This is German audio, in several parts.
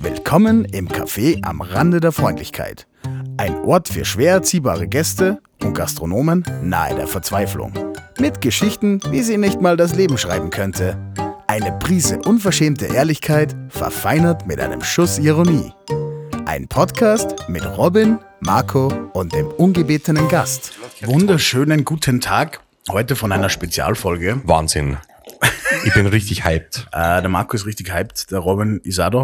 Willkommen im Café am Rande der Freundlichkeit. Ein Ort für schwer erziehbare Gäste und Gastronomen nahe der Verzweiflung. Mit Geschichten, wie sie nicht mal das Leben schreiben könnte. Eine Prise unverschämte Ehrlichkeit, verfeinert mit einem Schuss Ironie. Ein Podcast mit Robin, Marco und dem ungebetenen Gast. Wunderschönen guten Tag. Heute von einer Spezialfolge. Wahnsinn. Ich bin richtig hyped. Der Marco ist richtig hyped, der Robin ist auch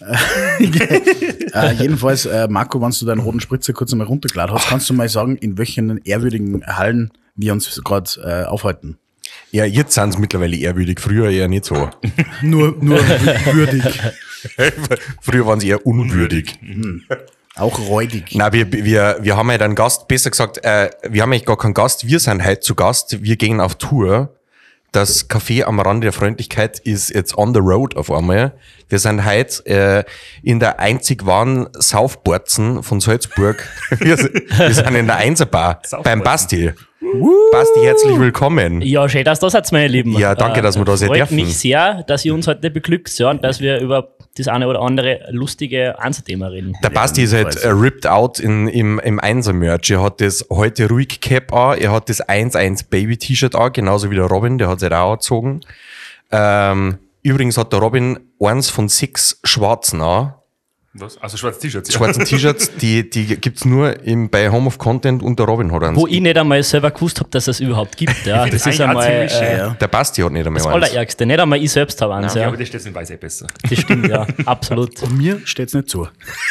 da. Jedenfalls, Marco, wenn du deinen roten Spritzer kurz einmal runtergeladen hast, kannst du mal sagen, in welchen ehrwürdigen Hallen wir uns gerade aufhalten? Ja, jetzt sind es mittlerweile ehrwürdig, früher eher nicht so. Nur würdig. Früher waren sie eher unwürdig. Auch räudig. Nein, wir haben halt einen Gast, besser gesagt, wir haben eigentlich gar keinen Gast, wir sind heute zu Gast, wir gehen auf Tour. Das Café am Rande der Freundlichkeit ist jetzt on the road auf einmal. Wir sind heute in der einzig wahren Saufborzen von Salzburg. Wir sind in der Einserbar beim Basti. Basti, herzlich willkommen. Ja, schön, dass du da seid, meine Lieben. Ja, danke, dass wir da sein dürfen. Freut mich sehr, dass ihr uns heute beglückt, ja, und dass wir über das eine oder andere lustige Einzelthema reden. Der Basti ist halt ripped out im Einser-Merch. Er hat das heute ruhig Cap an, er hat das 1-1 Baby-T-Shirt an, genauso wie der Robin, der hat es halt auch angezogen. Übrigens hat der Robin eins von 6 schwarzen an. Was? Also schwarze T-Shirts? Ja. Schwarzen T-Shirts, die gibt's nur bei Home of Content und der Robin hat eins. Wo ich nicht einmal selber gewusst habe, dass es überhaupt gibt. Ja, das ist einmal Der Basti hat nicht einmal das eins. Allerärgste. Nicht einmal ich selbst habe eins. Ja, Ja. aber das steht in Weiß besser. Das stimmt, ja, absolut. Mir steht's nicht zu.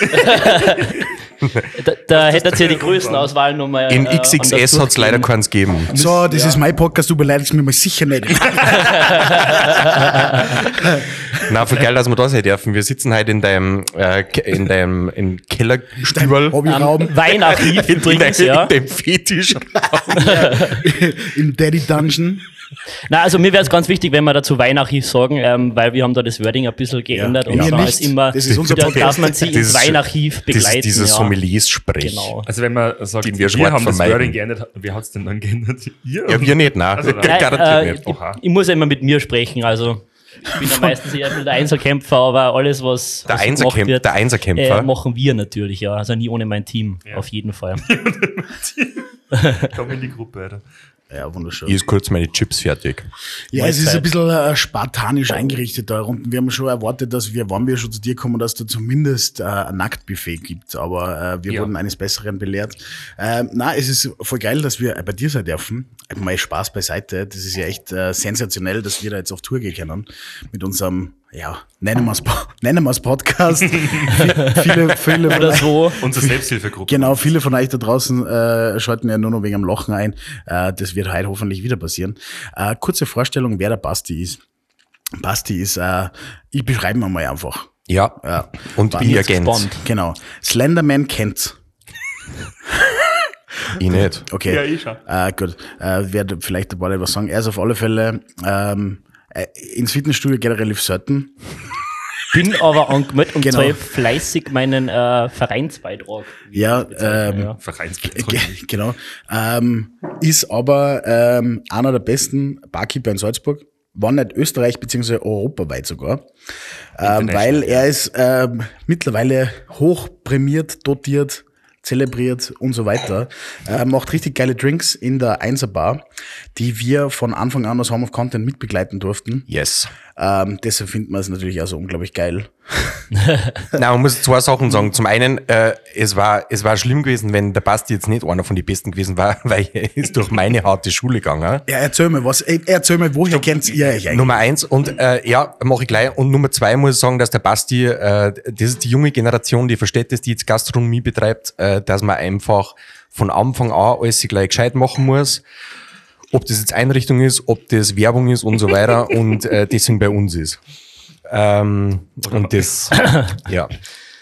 Da hättet ihr die Größenauswahl nochmal. In XXS hat's leider keins gegeben. So, das ist mein Podcast, du beleidigst mich mal sicher nicht. Na, voll geil, dass wir da sein dürfen. Wir sitzen heute in deinem Kellerstüberl. Hobbyraum. Weinarchiv übrigens, ja. In dem Fetisch. Im Daddy Dungeon. Na, also mir wäre es ganz wichtig, wenn wir dazu Weinarchiv sagen, weil wir haben da das Wording ein bisschen geändert und Mir da nicht. ist immer, Das ist unser da Podcast. darf man sie ins Weinarchiv begleiten. Dieses ja. Sommeliers-Sprech. Genau. Also wenn man sagt, Den wir wir schwarz haben das vermeiden. Wording geändert, wer hat es denn dann geändert? Ja, wir nicht, nein. Also, nein. Garantiert nicht. Oha. Ich muss ja immer mit mir sprechen, also ich bin ja meistens eher der Einzelkämpfer, aber alles, was Der gemacht wird, Einserkämpfer. machen wir natürlich, ja. Also nie ohne mein Team, auf jeden Fall. Komm in die Gruppe, Alter. Ja, wunderschön. Hier ist kurz meine Chips fertig. Ja, es ist Mahlzeit. ein bisschen spartanisch eingerichtet da unten. Wir haben schon erwartet, dass wann wir schon zu dir kommen, dass da zumindest ein Nacktbuffet gibt. Aber wir wurden eines Besseren belehrt. Es ist voll geil, dass wir bei dir sein dürfen. Mal Spaß beiseite. Das ist ja echt sensationell, dass wir da jetzt auf Tour gehen können. Mit unserem, ja, nennen wir es Podcast. viele von Oder euch, so. Unsere Selbsthilfegruppe. genau, viele von euch da draußen schalten ja nur noch wegen am Lachen ein. Das wird heute hoffentlich wieder passieren. Kurze Vorstellung, wer der Basti ist. Basti ist, ich beschreibe ihn mal einfach. Ja. Ja. Und War wie jetzt ergänzt. gespannt. Genau. Slenderman kennt's. Ich nicht. Okay. Ja, ich schon. Gut. Werde vielleicht ein paar etwas sagen. Er ist auf alle Fälle ins Fitnessstudio geht er relativ selten. Bin aber angemeldet und Genau. zahle fleißig meinen Vereinsbeitrag. Ja, Vereinsbeitrag. genau. Ist aber einer der besten Barkeeper in Salzburg. War nicht Österreich beziehungsweise europaweit sogar. Weil er ist mittlerweile hoch prämiert, dotiert, zelebriert und so weiter. Macht richtig geile Drinks in der Einser-Bar, die wir von Anfang an als Home of Content mitbegleiten durften. Yes. Deshalb finden wir es natürlich auch so unglaublich geil. Nein, man muss 2 Sachen sagen. Zum einen, es war schlimm gewesen, wenn der Basti jetzt nicht einer von den Besten gewesen war, weil er ist durch meine harte Schule gegangen. Ja, erzähl mir, woher kennt ihr euch eigentlich? Nummer 1 und mache ich gleich. Und Nummer 2 muss ich sagen, dass der Basti, das ist die junge Generation, die versteht das, die jetzt Gastronomie betreibt, dass man einfach von Anfang an alles gleich gescheit machen muss. Ob das jetzt Einrichtung ist, ob das Werbung ist und so weiter und deswegen bei uns ist. Und das, ja.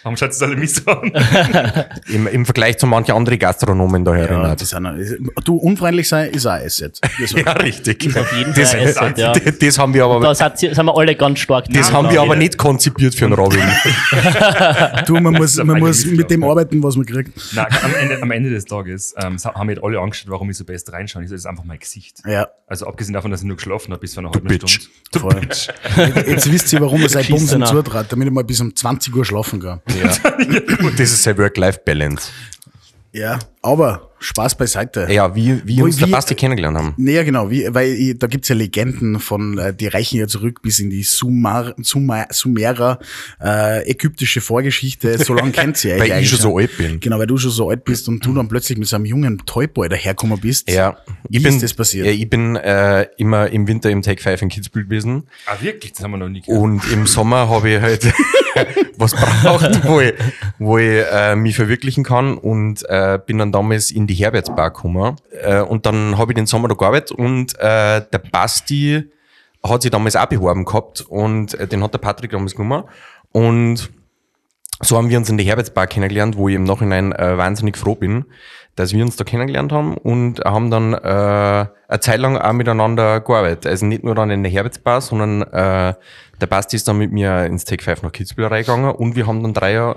Warum schaut es alle mich so an? Im Vergleich zu manchen anderen Gastronomen da Ja, erinnert. die sind, du, unfreundlich sein ist auch ein Asset. Ja, richtig. Auf jeden Das, Fall Asset, ja. das haben wir aber, Da sind wir alle ganz stark. das drin, haben wir glaub aber ich. nicht konzipiert für einen Robin. Du, man ist auf muss eigene mit dem Mistgabel. arbeiten, was man kriegt. Nein, am Ende des Tages haben wir alle angeschaut, warum ich so best reinschaue. Ich so, das ist einfach mein Gesicht. Ja, Also abgesehen davon, dass ich nur geschlafen habe bis vor einer halben Bitch. Stunde. voll. Jetzt wisst ihr, warum er sein Bumsen Geschissener. zutrat, damit ich mal bis um 20 Uhr schlafen kann. Und das ist sein Work-Life-Balance. Ja, aber Spaß beiseite. Ja, wie uns der Basti kennengelernt haben. Naja, genau, da gibt's ja Legenden von, die reichen ja zurück bis in die Sumerer, ägyptische Vorgeschichte. So lange kennt ihr ja Weil ich eigentlich schon so alt bin. Genau, weil du schon so alt bist und du dann plötzlich mit so einem jungen Toyboy daherkommen bist. Ja, Wie ist das passiert? Ja, ich bin immer im Winter im Take 5 in Kitzbühel gewesen. Ah, wirklich? Das haben wir noch nie gehört. Und im Sommer habe ich halt was braucht, wo ich mich verwirklichen kann und bin dann damals in die Herbertsbar gekommen. Und dann habe ich den Sommer da gearbeitet und der Basti hat sich damals auch beworben gehabt und den hat der Patrick damals genommen. Und so haben wir uns in der Herbertsbar kennengelernt, wo ich im Nachhinein wahnsinnig froh bin, dass wir uns da kennengelernt haben und haben dann eine Zeit lang auch miteinander gearbeitet. Also nicht nur dann in der Herbertsbar, sondern der Basti ist dann mit mir ins Take 5 nach Kitzbühel reingegangen und wir haben dann ein Jahr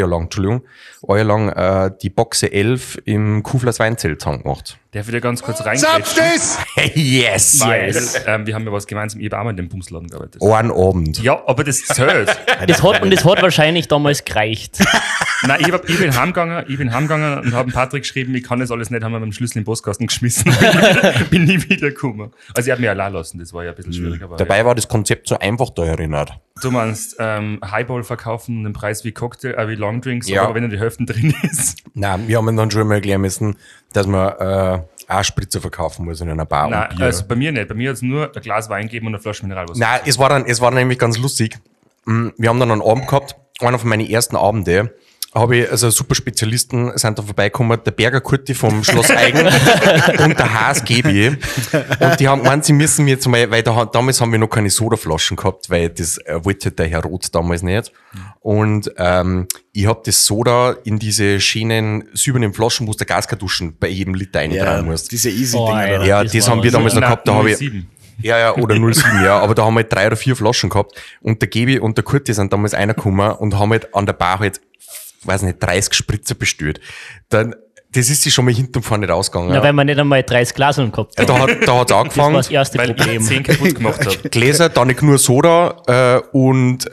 lang die Boxe 11 im Kuflers Weinzelt gemacht. Darf ich da ganz kurz reingrätschen? Hey, yes! Weil wir haben ja was gemeinsam, ich habe auch mal in dem Bumsladen gearbeitet. Einen Abend. Ja, aber das zählt. Das hat wahrscheinlich damals gereicht. Nein, ich bin heimgegangen und habe Patrick geschrieben, ich kann das alles nicht, haben wir mit dem Schlüssel in den Postkasten geschmissen. bin nie wieder gekommen. Also ich habe mich allein lassen, das war ja ein bisschen schwierig. Aber Dabei war das Konzept so einfach da erinnert. du meinst Highball verkaufen, den Preis wie Cocktail, wie Longdrinks, Ja. aber wenn die Hälfte drin ist. Nein, wir haben ihn dann schon mal erklären müssen, dass man auch Spritzer verkaufen muss in einer Bar Nein, und Bier. also bei mir nicht. Bei mir hat es nur ein Glas Wein gegeben und eine Flasche Mineralwasser. Nein, es war nämlich ganz lustig. Wir haben dann einen Abend gehabt, einer von meinen ersten Abende, habe ich, also super Spezialisten sind da vorbeigekommen, der Berger Kurti vom Schloss Eigen und der Haas Gebi. Und die haben gemeint, sie müssen mir jetzt mal, weil damals haben wir noch keine Sodaflaschen gehabt, weil das wollte der Herr Roth damals nicht. Und ich habe das Soda in diese schönen silbernen Flaschen, wo du Gaskartuschen bei jedem Liter eintragen musst. diese Easy-Dinger. Alter. da. Ja, Das das war haben wir damals noch gehabt, da habe ich... 07. Ja, oder 07, ja, aber da haben wir halt 3 oder 4 Flaschen gehabt und der Gebi und der Kurti sind damals reingekommen und haben halt an der Bar halt, weiß nicht, 30 Spritzer bestellt. Dann, das ist sich schon mal hinten und vorne nicht rausgegangen. Ja, weil wir nicht einmal 30 Glaseln gehabt haben. Da hat's Das war angefangen, das erste Weil ich Problem. 10 kaputt gemacht habe. Gläser, dann nicht nur Soda und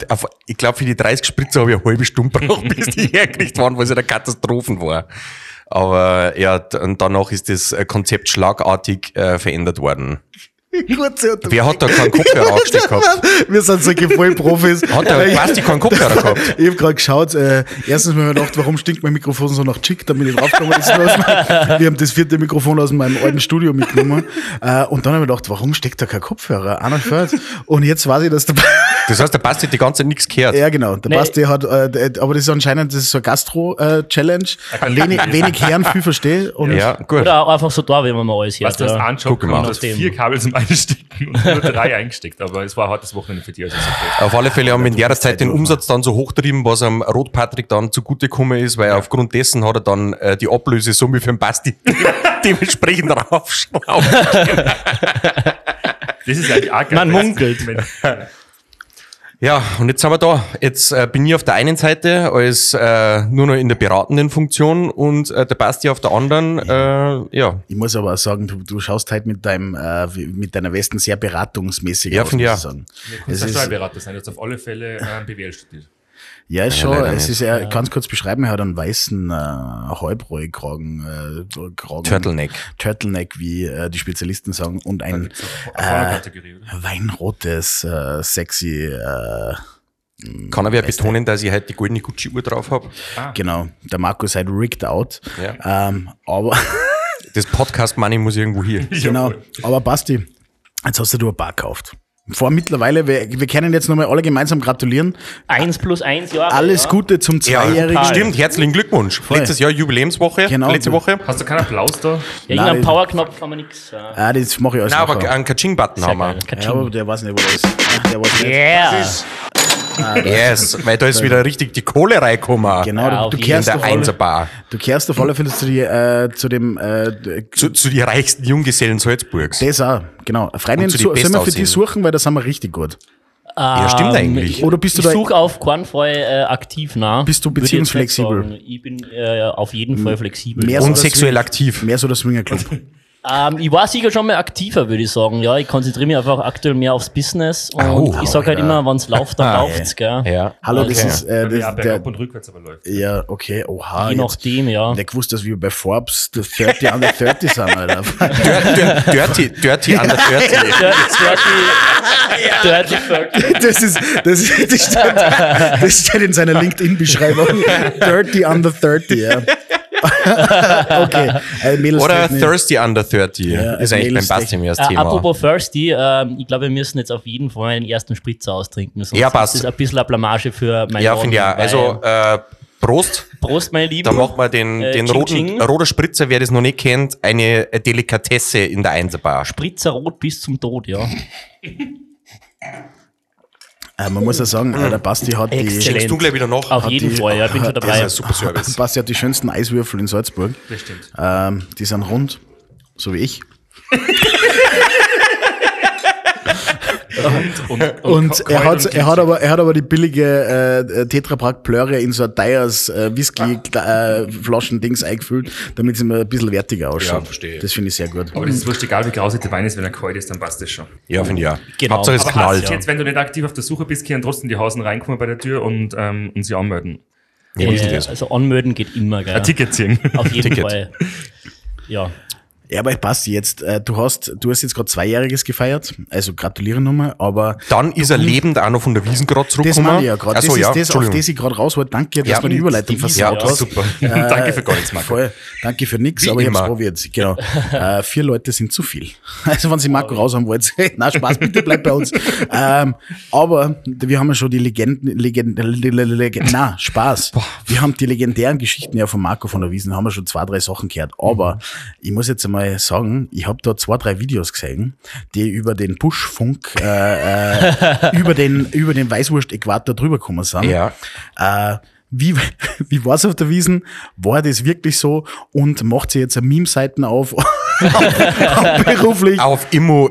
ich glaube für die 30 Spritzer habe ich eine halbe Stunde gebraucht, bis die hergekriegt waren, weil es ja eine Katastrophen war. Aber ja, und danach ist das Konzept schlagartig verändert worden. Kurze Wer hat da keinen Kopfhörer angesteckt gehabt? Wir sind solche Vollprofis. Hat der Basti keinen Kopfhörer gehabt? Ich habe gerade geschaut, erstens mal gedacht, warum stinkt mein Mikrofon so nach Chick, damit ich draufgekommen ist. Wir haben das 4. Mikrofon aus meinem alten Studio mitgenommen. Und dann habe ich gedacht, warum steckt da kein Kopfhörer? Einer fährt. Und jetzt weiß ich, dass der Das heißt, der Basti hat die ganze Zeit nichts gehört. Ja, genau. Der Nee. Basti hat, aber das ist anscheinend, das ist so eine Gastro-Challenge. Wenig Herren, viel verstehe. Und Ja, gut. Oder auch einfach so da, wie man mal alles Was hört. du hast Ja. anschaut, Guck mal. du hast 4 Kabel zum Einstecken und nur 3 eingesteckt. Aber es war ein hartes Wochenende für dich, also ist okay. Auf alle Fälle haben wir in der Zeit den Umsatz dann so hochtrieben, was am Rot Patrick dann zugute gekommen ist, weil aufgrund dessen hat er dann die Ablösesumme für den Basti dementsprechend raufschraubt. Das ist eigentlich auch geil. Man munkelt. Ja, und jetzt sind wir da. Jetzt bin ich auf der einen Seite als nur noch in der beratenden Funktion und der Basti auf der anderen, ja. ich muss aber auch sagen, du schaust halt mit deiner Westen sehr beratungsmäßig Ja, aus, finde ich muss auch. sagen. Du Es kannst ist, Steuerberater sein, jetzt auf alle Fälle BWL studiert. ja, ist schon, leider es nicht. ist ja, ganz kurz beschreiben, er hat einen weißen Halbrollkragen, Turtleneck, wie die Spezialisten sagen, und ein Kategorie, oder? weinrotes, sexy, Kann aber betonen, dass ich halt die goldene Gucci-Uhr drauf habe. genau, der Markus halt rigged out, Ja. aber Das Podcast-Money muss irgendwo hier. genau, aber Basti, jetzt hast du eine Bar gekauft. Mittlerweile, wir können jetzt nochmal alle gemeinsam gratulieren. 1 plus 1 Jahre. Alles ja. Gute zum Zweijährigen. total. Stimmt, herzlichen Glückwunsch. Letztes Jahr Jubiläumswoche, Genau. letzte Woche. Hast du keinen Applaus da? Ja, irgendeinen Nein, Powerknopf kann man nichts. Ah, das mache ich alles Nein, aber nachher. einen Kaching-Button haben wir. Ja, aber der weiß nicht, wo er ist. Der weiß nicht. Yeah! Yes, weil da ist wieder richtig die Kohle reingekommen. Genau, Ja, du auf kehrst In der Einserbar. auf alle Fälle zu dem Zu die reichsten Junggesellen Salzburgs. das auch, genau. Eine Freundin Und zu die sollen wir für die Bestaussehenden. suchen, weil da sind wir richtig gut. Ja, stimmt eigentlich. Oder bist du Ich da suche auf keinen Fall aktiv nach. Bist du Würde ich jetzt nicht beziehungsflexibel? sagen. Ich bin auf jeden Fall flexibel. Mehr Und so sexuell das aktiv. mehr so der Swingerclub? Ich war sicher schon mal aktiver, würde ich sagen. Ja, ich konzentriere mich einfach aktuell mehr aufs Business und Oh, ich sage halt immer, wenn es läuft, dann Ah, läuft's, gell? Ja. Hallo, Okay. das ist Weil wir ja das, bergab der, und rückwärts aber läuft. ja, okay, oha. Je nachdem, ja. Der gewusst, dass wir bei Forbes the 30 under 30 sind, Alter. Dirty under 30. Dirty Fuck. Das steht in seiner LinkedIn-Beschreibung. 30 under 30, ja. Okay. Mädels Oder vielleicht nicht. Thirsty under 30. Ja, ist eigentlich beim Mädels Basti mehr das Thema. Apropos Thirsty, ich glaube, wir müssen jetzt auf jeden Fall einen ersten Spritzer austrinken. Sonst Ja, passt. ist das ein bisschen eine Blamage für meinen Ja, finde ich auch. Laden, Also, weil- Prost. Prost, meine Lieben. Da machen wir den Ching, roten ching. roter Spritzer, wer das noch nicht kennt, eine Delikatesse in der Einserbar. Spritzer rot bis zum Tod, ja. Man muss ja sagen, der Basti hat Exzellent. Schenkst du gleich wieder noch? Auf jeden Fall, ja, bin schon Das dabei. ist ein super Service. Basti hat die schönsten Eiswürfel in Salzburg. Das stimmt. Die sind rund, so wie ich. Und er hat aber die billige Tetra Pak Plöre in so ein teures Whisky Flaschen-Dings eingefüllt, damit es immer ein bisschen wertiger ausschaut. Ja, verstehe. Das finde ich sehr gut. Aber das ist wurscht, egal wie grausig der Wein ist, wenn er kalt ist, dann passt das schon. Ja, finde ich auch. Genau. Hauptsache es Aber knallt. hast jetzt, wenn du nicht aktiv auf der Suche bist, können trotzdem die Hausen reinkommen bei der Tür und sie anmelden. Ja, wie ist denn das? Also anmelden geht immer, gell? Ein Ticket ziehen. Auf jeden Ticket. Fall. Ja. Ja, aber Basti, jetzt, du hast jetzt gerade 2-Jähriges gefeiert, also gratuliere nochmal, aber Dann ist er lebend auch noch von der Wiesen gerade das zurückgekommen. meine ich ja gerade. Ach so, Das ja, ist das, auf Entschuldigung. das ich gerade raus wollte. Danke, dass Ja, du die Überleitung die Wiese, versaut ja, hast. Super. Danke für gar nichts, Marco. Voll. Danke für nix, Wie aber ich hab's immer. probiert. Genau. 4 Leute sind zu viel. Also wenn Sie Marco raus haben wollt, na Spaß, bitte bleib bei uns. Aber wir haben ja schon die Spaß. Wir haben die legendären Geschichten ja von Marco von der Wiesen, haben wir schon 2-3 Sachen gehört. Aber ich muss jetzt einmal sagen, ich habe da 2-3 Videos gesehen, die über den Buschfunk, über den Weißwurst-Äquator drüber gekommen sind. Ja. Wie war's auf der Wiesen? War das wirklich so? Und macht sie jetzt eine Meme-Seiten auf? Auch beruflich? Auf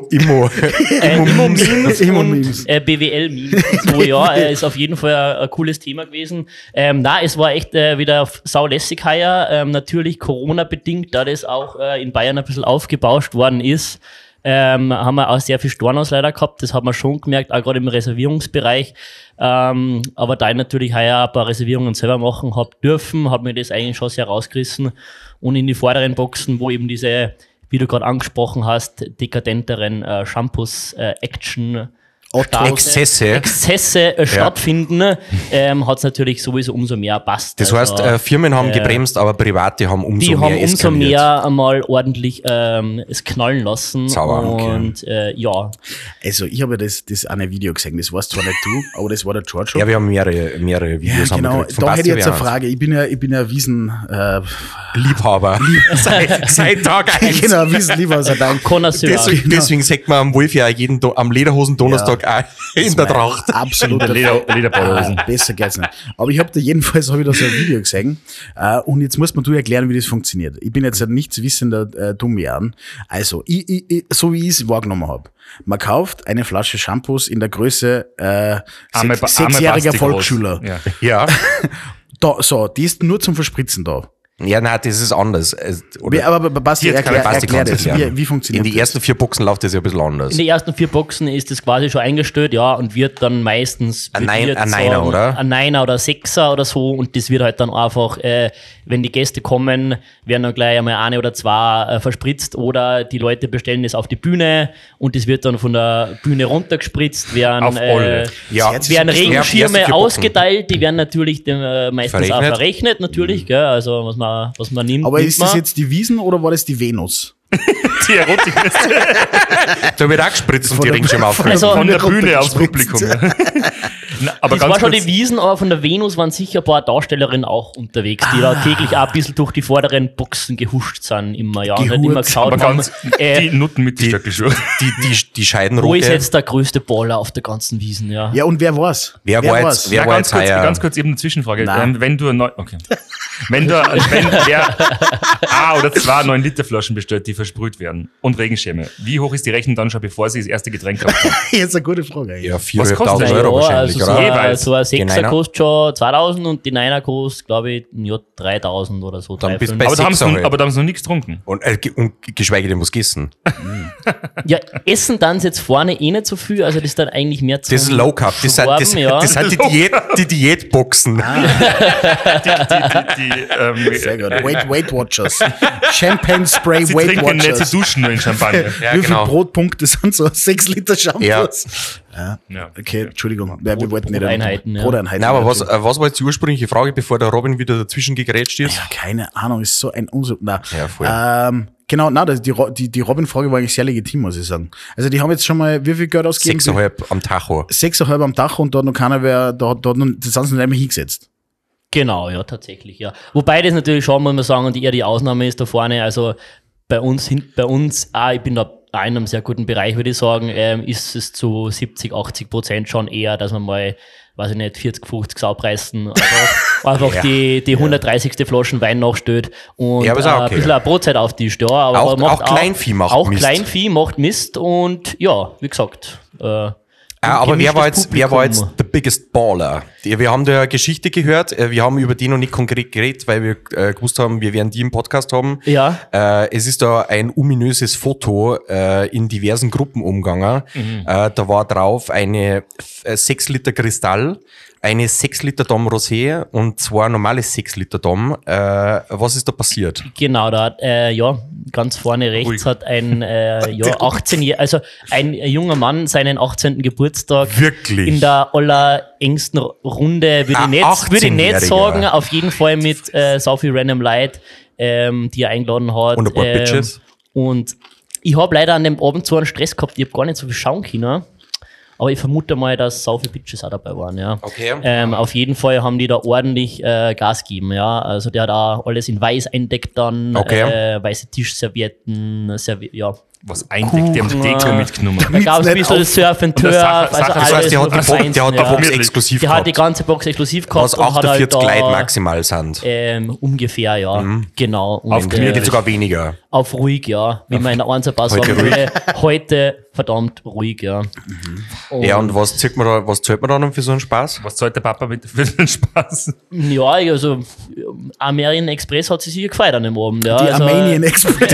Immo-Memes Immo-Memes. und BWL-Memes. So, ja, ist auf jeden Fall ein cooles Thema gewesen. Es war echt wieder saulässig heuer. Natürlich Corona-bedingt, da das auch in Bayern ein bisschen aufgebauscht worden ist. Haben wir auch sehr viel Stornos leider gehabt, das hat man schon gemerkt, auch gerade im Reservierungsbereich. Aber da ich natürlich heuer ein paar Reservierungen selber machen habe dürfen, hat mir das eigentlich schon sehr rausgerissen. Und in die vorderen Boxen, wo eben diese, wie du gerade angesprochen hast, dekadenteren Shampoos, Action, Exzesse stattfinden, hat es natürlich sowieso umso mehr passt. Das heißt, Firmen haben gebremst, aber Private haben umso die mehr haben umso eskaliert. mehr einmal ordentlich es knallen lassen. Sauber, und ja, Also ich habe das eine Video gesehen, das warst zwar nicht du, aber das war der George. Ja, wir haben mehrere Videos Ja, genau. haben wir gekriegt. Von Da hätte ich jetzt Basti eine Frage. Ich bin ja Wiesen, Liebhaber. seit Tag 1. genau, Wiesenliebhaber seit Dank. Connoisseur. Deswegen sagt man am Wolf ja am Lederhosen-Donnerstag auch in der Tracht. Absolut. Lederbadehosen. Besser geht's nicht. Aber ich habe da jedenfalls hab ich da so ein Video gesehen. Und jetzt muss man du erklären, wie das funktioniert. Ich bin jetzt ein nichtswissender Dummjahn. Also, so wie ich es wahrgenommen habe. Man kauft eine Flasche Shampoos in der Größe sechsjähriger Basti Volksschüler. groß. Ja. Ja. Die ist nur zum Verspritzen da. Ja, nein, das ist anders. Aber Basti, Jetzt kann ich Basti erklär das. konzentrieren. Wie funktioniert In die ersten 4 Boxen läuft das ja ein bisschen anders. In den ersten 4 Boxen ist das quasi schon eingestellt, ja, und wird dann meistens Ein würde ich jetzt Niner, sagen, oder? Ein Niner oder 6er oder so, und das wird halt dann einfach, wenn die Gäste kommen, werden dann gleich einmal 1 oder 2 verspritzt, oder die Leute bestellen das auf die Bühne und das wird dann von der Bühne runtergespritzt, Auf alle. Ja, Jetzt werden erste Regenschirme 4 Boxen. ausgeteilt, die werden natürlich meistens auch Verrechnet. verrechnet, natürlich, gell, also was man nimmt. Aber nimmt ist das man. jetzt die Wiesen oder war das die Venus? Die Erotikliste. Da wird auch gespritzt und die Regenschirme aufgehört. Also- Von der Bühne aufs gespritzt. Publikum. Na, aber Das war ganz schon kurz, die Wiesen, aber von der Venus waren sicher ein paar Darstellerinnen auch unterwegs, die da täglich auch ein bisschen durch die vorderen Boxen gehuscht sind immer, ja. Und halt immer Gehurzt, geschaut aber haben, ganz, die Nutten mit den Stöckelschuhen. Die wo ist Scheidenrote. jetzt der größte Baller auf der ganzen Wiesen, ja. Ja, und wer war's? Wer war jetzt Ja, ganz kurz, heuer? ganz kurz eben eine Zwischenfrage. Nein. Wenn du okay. Wenn wer 1 oder 2 9-Liter-Flaschen bestellt, die versprüht werden und Regenschirme, wie hoch ist die Rechnung dann schon, bevor sie das erste Getränk haben? Jetzt eine gute Frage. Ja, Was kostet 4.500 das? Euro wahrscheinlich, also oder? Jeweils. so ein Die 6er Niner? kostet schon 2.000 und die 9er kostet, glaube ich, ja, 3.000 oder so. Dann bist du 3.500. bei Aber da haben sie Sechser aber da haben sie noch nichts getrunken. Und geschweige denn was gegessen. Ja, essen dann jetzt vorne eh nicht so viel, also das ist dann eigentlich mehr zu Das ist Low Carb. Das sind die Diätboxen. Sehr gut. Weight Watchers. Champagne Spray Sie Weight trinken nicht, Watchers. sie duschen nur in Champagner. Ja, Wie viele genau. Brotpunkte sind so 6 Liter Shampoos? Ja. Ja. Okay, Entschuldigung. Ja, wir wollten nicht Broteinheiten, ja. Broteinheiten. Nein, aber was war jetzt die ursprüngliche Frage, bevor der Robin wieder dazwischen gegrätscht ist? Ja, keine Ahnung, ist so ein Unsinn. Nein. Ja, voll. Genau, die Robin-Frage war eigentlich sehr legitim, muss ich sagen. Also die haben jetzt schon mal, wie viel Geld ausgegeben? 6,5 am Tacho. 6,5 am Tag und da hat noch keiner, da sind sie nicht einmal hingesetzt. Genau, ja, tatsächlich, ja. Wobei das natürlich schon, muss man sagen, und eher die Ausnahme ist da vorne, also bei uns, ich bin da in einem sehr guten Bereich, würde ich sagen, ist es zu 70-80% schon eher, dass man mal, weiß ich nicht, 40-50 Saupreisen einfach Ja. die 130. Flaschen Wein nachstellt und Ja, aber ist auch okay. ein bisschen eine Brotzeit auftischt, ja. Aber Auch macht Kleinvieh macht auch Mist. Kleinvieh macht Mist und ja, wie gesagt, Aber wer war gemischtes jetzt Publikum. the biggest baller? Wir haben da eine Geschichte gehört, wir haben über die noch nicht konkret geredet, weil wir gewusst haben, wir werden die im Podcast haben. Ja. Es ist da ein ominöses Foto in diversen Gruppen umgegangen. Da war drauf eine 6 Liter Kristall, eine 6 Liter Dom Rosé und 2 normale 6 Liter Dom. Was ist da passiert? Genau, da hat, ja, ganz vorne rechts Ruhig. hat ein 18-jähriger, also ein junger Mann seinen 18. Geburtstag Wirklich? in der allerengsten Runde, würde ich nicht 18-Jähriger. sagen, auf jeden Fall mit so viel Random Light, die er eingeladen hat. Und ein paar Bitches. Und ich habe leider an dem Abend so einen Stress gehabt, ich habe gar nicht so viel schauen können. Aber ich vermute mal, dass so viele Bitches auch dabei waren, ja. Okay. Auf jeden Fall haben die da ordentlich Gas gegeben, ja. Also der hat auch alles in weiß eindeckt dann, Okay. weiße Tischservietten, ja. Was eindeckt, die haben die Deko mitgenommen. Da gab es ein nicht bisschen auf- Surf and Und Turf, das Sache- also Sache- Das alles heißt, der nur hat die vom Box, der hat die Feinsten, Box ja. exklusiv Der hat die gehabt. ganze Box exklusiv gehabt. Was und hat 48 halt Leute da, maximal sind. ungefähr, ja. Genau. Und, Aufgemütet. Geht sogar weniger. auf ruhig, ja. Wie man in der Einzelpass Heute sagen würde. Heute verdammt ruhig, ja. Ja, und was zahlt man da noch für so einen Spaß? Was zahlt der Papa mit für den Spaß? Ja, also Armenian Express hat sich sicher gefeiert an dem Abend. Ja. Die also, Armenian Express.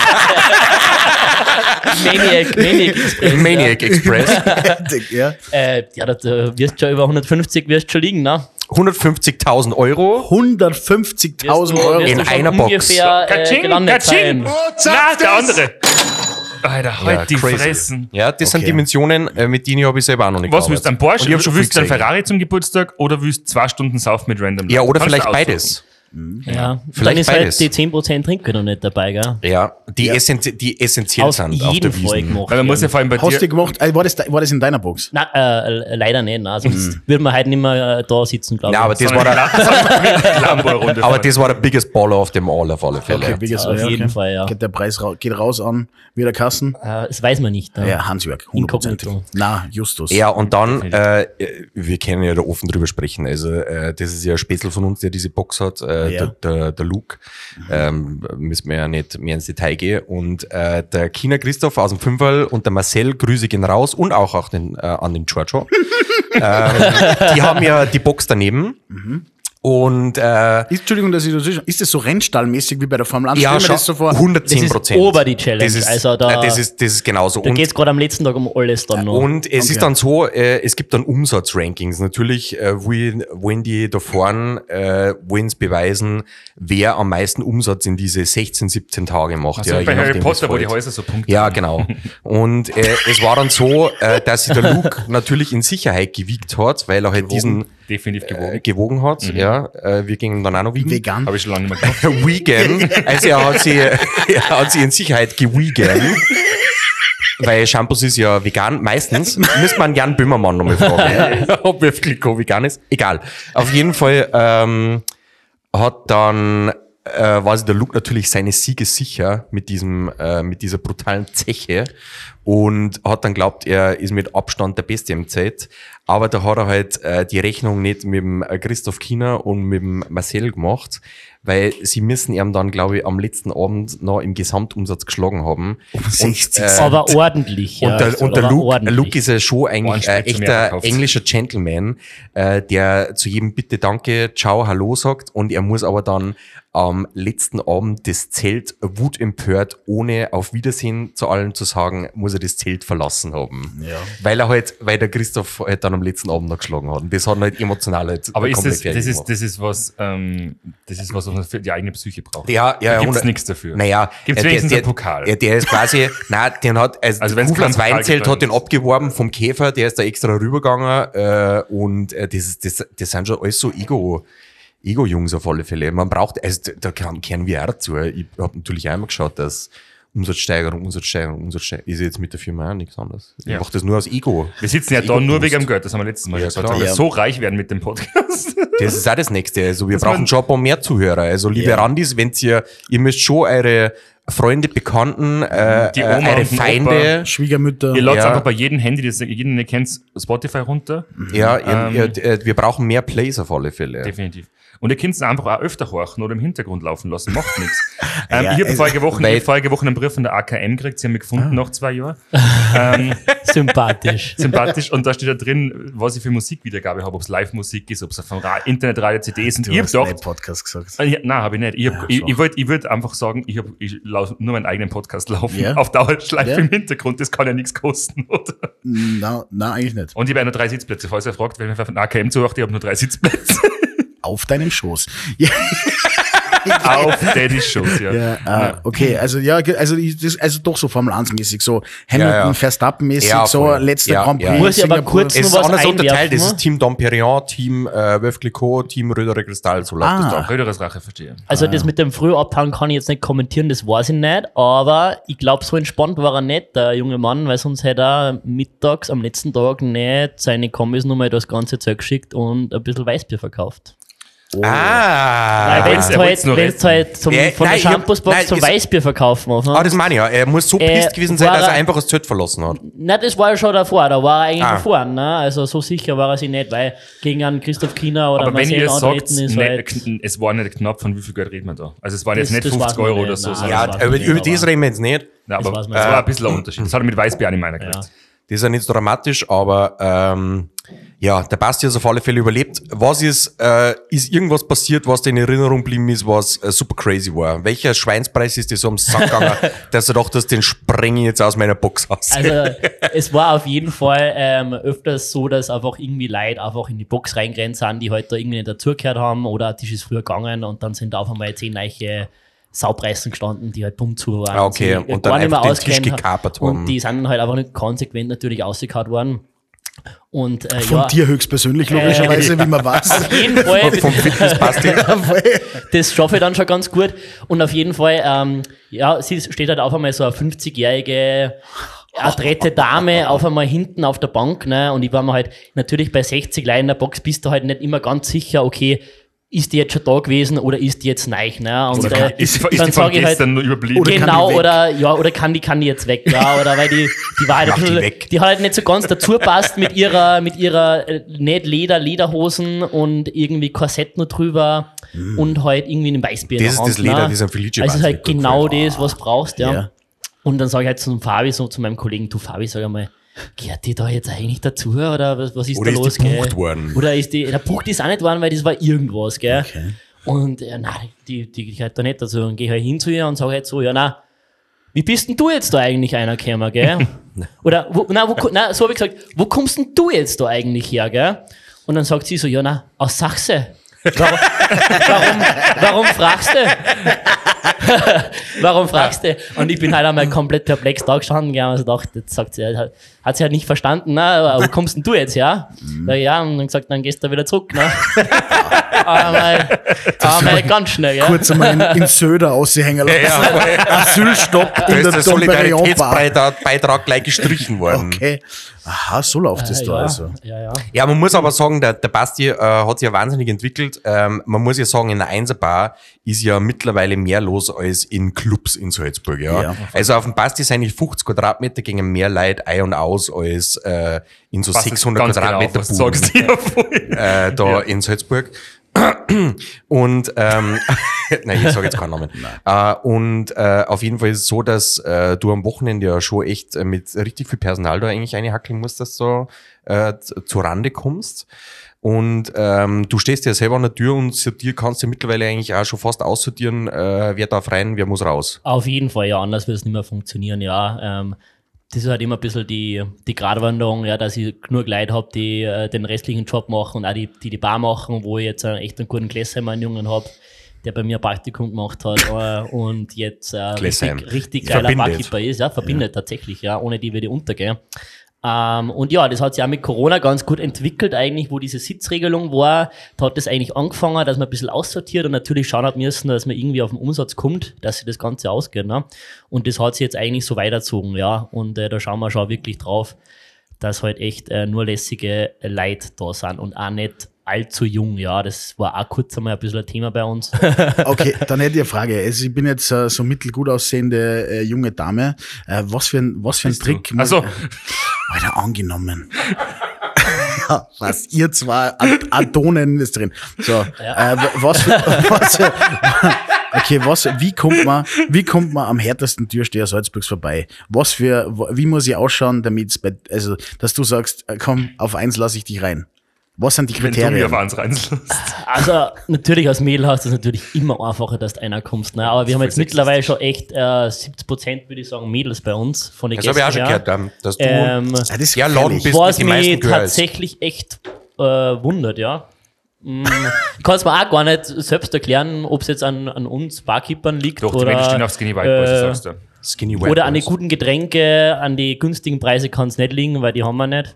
Maniac Express. Maniac Express. Ja. Ja, da wirst schon über 150 wirst schon liegen, ne? 150.000 Euro. 150.000 Euro. Wirst In du schon einer Box. ungefähr gelandet sein. Na, der andere! Alter, halt die crazy. Fressen. Ja, das sind Okay. Dimensionen, mit denen habe ich selber auch noch nicht Was willst du, ein Porsche? Und ich hab schon Willst du viel ein gesehen. Ferrari zum Geburtstag oder willst du 2 Stunden saufen mit Random? Ja, oder Kannst vielleicht du aussuchen. beides. Ja. Vielleicht Dann ist beides. halt die 10% Trinken noch nicht dabei, gell? Ja, die essentiell Auf sind auf jeden der Fall Wiesn. gemacht. Weil man muss ja vor allem bei Hast du dir... gemacht? War das in deiner Box? Nein, leider nicht. Nein. Sonst würden wir heute nicht mehr da sitzen, glaube ich. Nein, aber das war der, Lambo-Runde. aber das war der biggest baller auf dem All auf alle Fälle. Okay, biggest, auf jeden Fall, ja. Geht der Preis geht raus an, wie der Kassen? Das weiß man nicht. Ne? Ja, Hansjörg, 100%. Inkognito. Na, Justus. Ja, und dann, wir können ja da offen drüber sprechen. Also, das ist ja ein Spätzl von uns, der diese Box hat, Ja. der Luke. Müssen wir ja nicht mehr ins Detail gehen. Und der China Christoph aus dem Fünferl und der Marcel, Grüße gehen raus und auch an den Giorgio. Die haben ja die Box daneben. Und Entschuldigung, dass ich dazwischen. Ist das so Rennstallmäßig wie bei der Formel 1? ja, Stell mir schon das so vor. 110%. Das ist ober die Challenge. Das ist, Also da- das ist genauso. Da geht es gerade am letzten Tag um alles dann noch. Und es ist dann so, es gibt dann Umsatzrankings. Natürlich wollen die da vorne wollen's beweisen, wer am meisten Umsatz in diese 16, 17 Tage macht. Also je bei Harry nachdem, wie's Potter, wo die fällt. Häuser so punkten. Ja, genau. Und es war dann so, dass sich der Luke natürlich in Sicherheit gewiegt hat, weil er halt definitiv gewogen hat. Ja, wir gingen dann auch noch wiegen. Vegan. Habe ich schon lange nicht mehr gemacht. Vegan. Also er hat sie in Sicherheit gevegan. Weil Shampoos ist ja vegan. Meistens müsste man Jan Böhmermann nochmal fragen, ob wirklich vegan ist. Egal. Auf jeden Fall hat dann war sich der Luke natürlich seine Siege sicher mit dieser brutalen Zeche und hat dann glaubt, er ist mit Abstand der Beste im Zeit. Aber da hat er halt die Rechnung nicht mit dem Christoph Kiener und mit dem Marcel gemacht, weil sie müssen ihm dann, glaube ich, am letzten Abend noch im Gesamtumsatz geschlagen haben. Um 60 aber ordentlich, ja. Und der aber Luke ist ja schon eigentlich ein echter englischer Gentleman, der zu jedem Bitte, Danke, Ciao, Hallo sagt und er muss aber dann am letzten Abend das Zelt wutempört, ohne auf Wiedersehen zu allen zu sagen, muss er das Zelt verlassen haben. Ja. Weil der Christoph halt dann am letzten Abend noch geschlagen hat. Und das hat ihn halt emotional halt Aber ist komplett fertig gemacht. das ist was man für die eigene Psyche braucht. Ja, Da gibt's nichts dafür. Naja, Gibt's wenigstens einen Pokal. Der ist quasi, nein, den hat, also wenn's Kuflands kein Pokal Weinzelt gibt, hat den abgeworben vom Käfer, der ist da extra rübergegangen, und das sind schon alles so Ego-Jungs auf alle Fälle. Man braucht, also da kehren wir auch dazu. Ich habe natürlich einmal geschaut, dass Umsatzsteigerung ist jetzt mit der Firma auch nichts anderes. Ich mache das nur aus Ego. Wir sitzen ja da nur wegen dem Geld, das haben wir letztes Mal gesagt. klar. Weil wir Ja. so reich werden mit dem Podcast. Das ist auch das Nächste. Also wir Dass brauchen man- schon ein paar mehr Zuhörer. Also liebe Ja. Randis, wenn ihr müsst schon eure Freunde, Bekannten, Die Oma eure und den Feinde, Schwiegermütter. Ihr ladet Ja. einfach bei jedem Handy, das jeden ihr kennt, Spotify runter. wir brauchen mehr Plays auf alle Fälle. Definitiv. Und ihr könnt es einfach auch öfter horchen oder im Hintergrund laufen lassen, macht nichts. Ja, Ich habe also- vorige Woche einen Brief von der AKM gekriegt, sie haben mich gefunden nach 2 Jahren. sympathisch. Sympathisch. Und da steht da drin, was ich für Musikwiedergabe habe, ob es Live-Musik ist, ob es von Internetradio, CDs ist. Und Du ich habe hast nicht gedacht, Podcast gesagt. nein, habe ich nicht. Ich würd einfach sagen, ich lasse nur meinen eigenen Podcast laufen. Ja. Auf Dauerschleife Ja. im Hintergrund, das kann ja nichts kosten, oder? Nein, eigentlich nicht. Und ich habe nur 3 Sitzplätze. Falls ihr fragt, wenn ihr von AKM zuhört, ich habe nur 3 Sitzplätze. Auf deinem Schoß. Ja, Auf Daddy's Shows, ja. ja okay, also also doch so Formel 1 mäßig, so Hamilton, Ja, ja. Verstappen mäßig, Ja, so voll. letzter Ja, Grand Prix. ja. Muss ich aber Singapur. kurz Es noch ist was anders unterteilt. Das einwerfen. ist Team Domperion, Team Veuve Clicquot, Team Röderer Kristall, so läuft das da. Röderes Rache, verstehe. Also das mit dem Frühabhauen kann ich jetzt nicht kommentieren, das weiß ich nicht, aber ich glaube, so entspannt war er nicht, der junge Mann, weil sonst hätte er mittags am letzten Tag nicht seine Kombis nochmal das ganze Zeug geschickt und ein bisschen Weißbier verkauft. Ah! Weil er wollt's nur wenn's halt von der nein, Shampoosbox zum ist- Weißbier verkaufen muss, ne? Das meine ich ja. Er muss so pisst gewesen sein, war dass er er- einfach das Zelt verlassen hat. Nein, das war ja schon davor, da war er eigentlich Ah. davor, ne? Also so sicher war er sich nicht, weil gegen einen Christoph Kiener oder Aber wenn Marcel ihr sagt, antreten ist halt... es war nicht knapp, von wie viel Geld reden wir da? Also es waren jetzt Das- nicht das 50 weiß man Euro nicht, oder so. nein. sondern- Ja, weiß über man nicht, das aber- reden wir jetzt nicht. Nein, aber das es weiß man war ein bisschen ein Unterschied. Das hat er mit Weißbier auch nicht meiner gekriegt. Das ist ja nicht so dramatisch, aber ja, der Basti hat auf alle Fälle überlebt. Was ist irgendwas passiert, was dir in Erinnerung geblieben ist, was super crazy war? Welcher Schweinspreis ist dir so am Sack gegangen, dass du dachtest, den spreng ich jetzt aus meiner Box aus? Also es war auf jeden Fall öfters so, dass einfach irgendwie Leute einfach in die Box reingerannt sind, die halt da irgendwie nicht dazugehört haben oder der Tisch ist früher gegangen und dann sind auf einmal 10 neue Saupreisen gestanden, die halt bumm zu waren. Ah, okay. sie Und dann gar nicht mehr einfach den Tisch auskennt gekapert haben. Und die sind halt einfach nicht konsequent natürlich ausgehauen worden. Und Von dir höchstpersönlich, logischerweise, wie man weiß. auf jeden Fall, Vom Fitness Basti. das schaffe ich dann schon ganz gut. Und auf jeden Fall, sie steht halt auf einmal so eine 50-jährige adrette Dame auf einmal hinten auf der Bank, ne? Und ich war mir halt, natürlich bei 60 Leuten in der Box bist du halt nicht immer ganz sicher, okay, ist die jetzt schon da gewesen oder ist die jetzt neu, ne? Und Ist die dann von sage ich halt, gestern nur überblieben? Oder kann genau, die weg? oder kann die jetzt weg, ja, oder weil die war halt ein Mach die bisschen, weg. die hat halt nicht so ganz dazu passt mit ihrer nicht Lederhosen und irgendwie Korsett nur drüber und halt irgendwie einen Weißbier in Das der ist das Hand, Leder, ne? dieser Felice Also es ist halt Weißbier, genau cool. das, was du brauchst, ja. Ja. Und dann sage ich halt zum Fabi, so zu meinem Kollegen, du Fabi, sag einmal, gehört die da jetzt eigentlich dazu oder was ist Oder da ist los, die gell? bucht worden? Oder ist die, der Bucht ist auch nicht worden, weil das war irgendwas, gell? Okay. Und nein, die gehört da nicht dazu. Und gehe halt hin zu ihr und sage halt so, ja, na, wie bist denn du jetzt da eigentlich einer gekommen, gell? Oder, so habe ich gesagt, wo kommst denn du jetzt da eigentlich her, gell? Und dann sagt sie so, ja, na, aus Sachse. warum fragst du? Warum fragst du? Und ich bin halt einmal komplett perplex da gestanden, ja, und also gedacht, jetzt sagt sie, hat sie halt nicht verstanden, ne? Wo kommst denn du jetzt, ja? Ja, und dann gesagt, dann gehst du wieder zurück, ne? aber ganz schnell, ja. Kurz einmal in Söder aushängen lassen. Asylstopp in der Solidaritätsbeitrag gleich gestrichen worden. Okay. Aha, so läuft es da also. Ja, man muss aber sagen, der Basti hat sich ja wahnsinnig entwickelt. Man muss ja sagen, in der Einserbar ist ja mittlerweile mehr los als in Clubs in Salzburg. Ja. Also auf dem Basti sind eigentlich 50 Quadratmeter gegen mehr Leute ein und aus als in so 600 Quadratmeter genau, Buden, da in Salzburg. Und nein, ich sage jetzt keinen Namen. Und auf jeden Fall ist es so, dass du am Wochenende ja schon echt mit richtig viel Personal da eigentlich reinhackeln musst, dass du zu Rande kommst. Und du stehst ja selber an der Tür und sortieren kannst ja mittlerweile eigentlich auch schon fast aussortieren, wer darf rein, wer muss raus. Auf jeden Fall, ja, anders wird es nicht mehr funktionieren, ja. Das ist halt immer ein bisschen die Gratwanderung, ja, dass ich nur Leute habe, die den restlichen Job machen und auch die Bar machen, wo ich jetzt echt einen guten Gläsheimer, einen Jungen habe, der bei mir ein Praktikum gemacht hat und jetzt richtig geiler Barkeeper ist. Ja, verbindet tatsächlich, ja, ohne die würde ich untergehen. Und ja, das hat sich auch mit Corona ganz gut entwickelt eigentlich, wo diese Sitzregelung war. Da hat das eigentlich angefangen, dass man ein bisschen aussortiert und natürlich schauen hat müssen, dass man irgendwie auf den Umsatz kommt, dass sich das Ganze ausgeht. Ne? Und das hat sich jetzt eigentlich so weitergezogen, ja. Und da schauen wir schon wirklich drauf, dass halt echt nur lässige Leute da sind und auch nicht allzu jung, ja. Das war auch kurz einmal ein bisschen ein Thema bei uns. Okay, dann hätte ich eine Frage. Also ich bin jetzt so mittelgut aussehende junge Dame. Was für ein Trick? Also Alter, angenommen. Ja, was, ihr zwei Adonen ist drin. So, wie kommt man am härtesten Türsteher Salzburgs vorbei? Wie muss ich ausschauen, dass du sagst, komm, auf 1 lasse ich dich rein? Was sind die Kriterien? Wenn du mich auf 1 reinlässt. Also, natürlich als Mädel hast du es natürlich immer einfacher, dass du einer kommst. Ne? Aber wir haben jetzt mittlerweile schon echt 70%, würde ich sagen, Mädels bei uns von den Gästen. Das habe ich auch schon gehört, dass du das ist ja laden bist was mit den meisten mich Girls. tatsächlich echt wundert, ja. Ich kann es mir auch gar nicht selbst erklären, ob es jetzt an uns Barkeepern liegt. Doch, oder, die Menschen stehen auf Skinny White Boys, sagst du. Skinny White oder an die Boys. guten Getränke, an die günstigen Preise kann es nicht liegen, weil die haben wir nicht.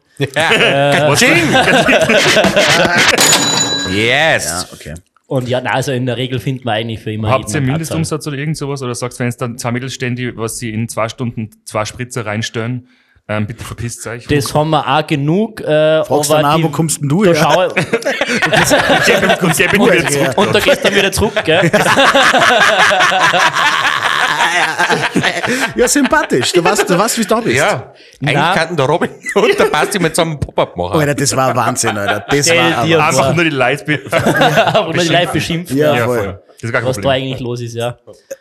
Yes! Ja, okay. Und ja, also in der Regel findet man eigentlich für immer. Habt ihr jeden Mindestumsatz oder irgend sowas? Oder sagst du, wenn es dann 2 Mädels stehen, die, was sie in 2 Stunden 2 Spritzer reinstellen, bitte verpisst euch. Das haben wir auch genug. Fragst aber danach, wo kommst denn du da her? schau, Und und da gehst du dann wieder zurück, gell? Ja, sympathisch. Du weißt, wie du da bist. Ja, eigentlich Na. könnten der Robin und der Basti mit so einem Pop-Up machen. Alter, das war Wahnsinn, Alter. Das Stell war dir aber, vor. einfach nur die Leute. Aber nur die Leute beschimpfen, Ja, Ja, voll. voll. Das ist gar kein was da Problem. eigentlich los ist, ja.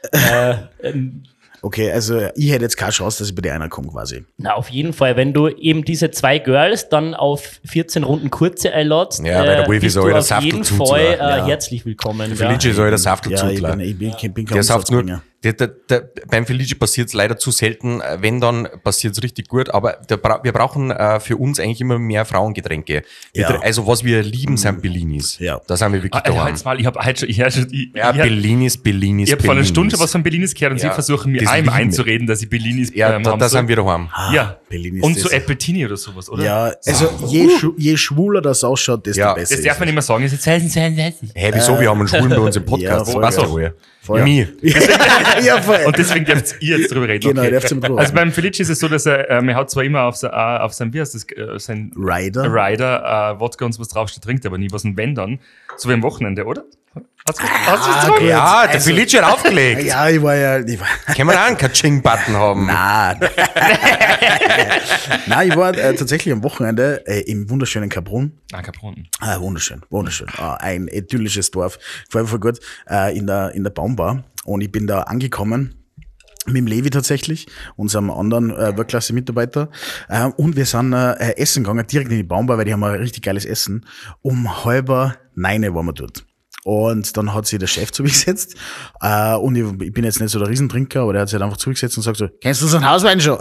Okay, also ich hätte jetzt keine Chance, dass ich bei dir einer komme quasi. Na, auf jeden Fall, wenn du eben diese 2 Girls dann auf 14 Runden kurze einladest, Ja, weil der Wolf bist ist du auch der auf jeden Saftelzuzler. Fall Ja. herzlich willkommen. Ja. Felice ist halt der Ja, Saftelzutler. ich bin kein Der sauft nur, Umsatzbringer. beim Felice passiert es leider zu selten. Wenn, dann passiert es richtig gut. Aber wir brauchen für uns eigentlich immer mehr Frauengetränke. Ja. Also was wir lieben, sind Bellinis. Ja. Da sind wir wirklich daheim. Jetzt mal, ich habe heute schon, ich Ja, Bellinis. Ich habe vor einer Stunde schon was von Bellinis gehört und Ja, sie versuchen mir das einem lieben wir. einzureden, dass ich Bellinis Ja, haben da soll. sind wir daheim. Ja, Bellinis, und das- so Appletini oder sowas, oder? Ja, also je schwuler das ausschaut, desto Ja. besser. Das darf man nicht mehr sagen. Das ist jetzt 32. Hey, wieso? Wir haben einen Schwulen bei uns im ja, Podcast. voll, Weißt ja. du wohl? Voll. Ja, mir. ja, voll. Und deswegen dürft ihr jetzt drüber reden. Genau, dürft ihr drüber Also reden. beim Felice ist es so, dass er hat zwar immer auf sein, wie heißt das, sein Rider. Wodka und so was draufsteht, trinkt aber nie was. Und wenn dann, so wie am Wochenende, oder? Hast du es gut. Ja, der Also- Felice hat aufgelegt. Ja, ich war Können wir auch einen Kaching-Button haben? Nein. Nein, ich war tatsächlich am Wochenende im wunderschönen Kaprun. Capron. Wunderschön. Ein idyllisches Dorf. Gefällt mir voll gut. In der Baumbar. Und ich bin da angekommen. Mit dem Levi tatsächlich, unserem anderen Workklasse-Mitarbeiter. Und wir sind essen gegangen, direkt in die Baumbar, weil die haben ein richtig geiles Essen. Um 8:30 waren wir dort. Und dann hat sich der Chef zu mir gesetzt. Und ich bin jetzt nicht so der Riesentrinker, aber der hat sich halt einfach zu mir gesetzt und sagt so, kennst du so einen Hauswein schon?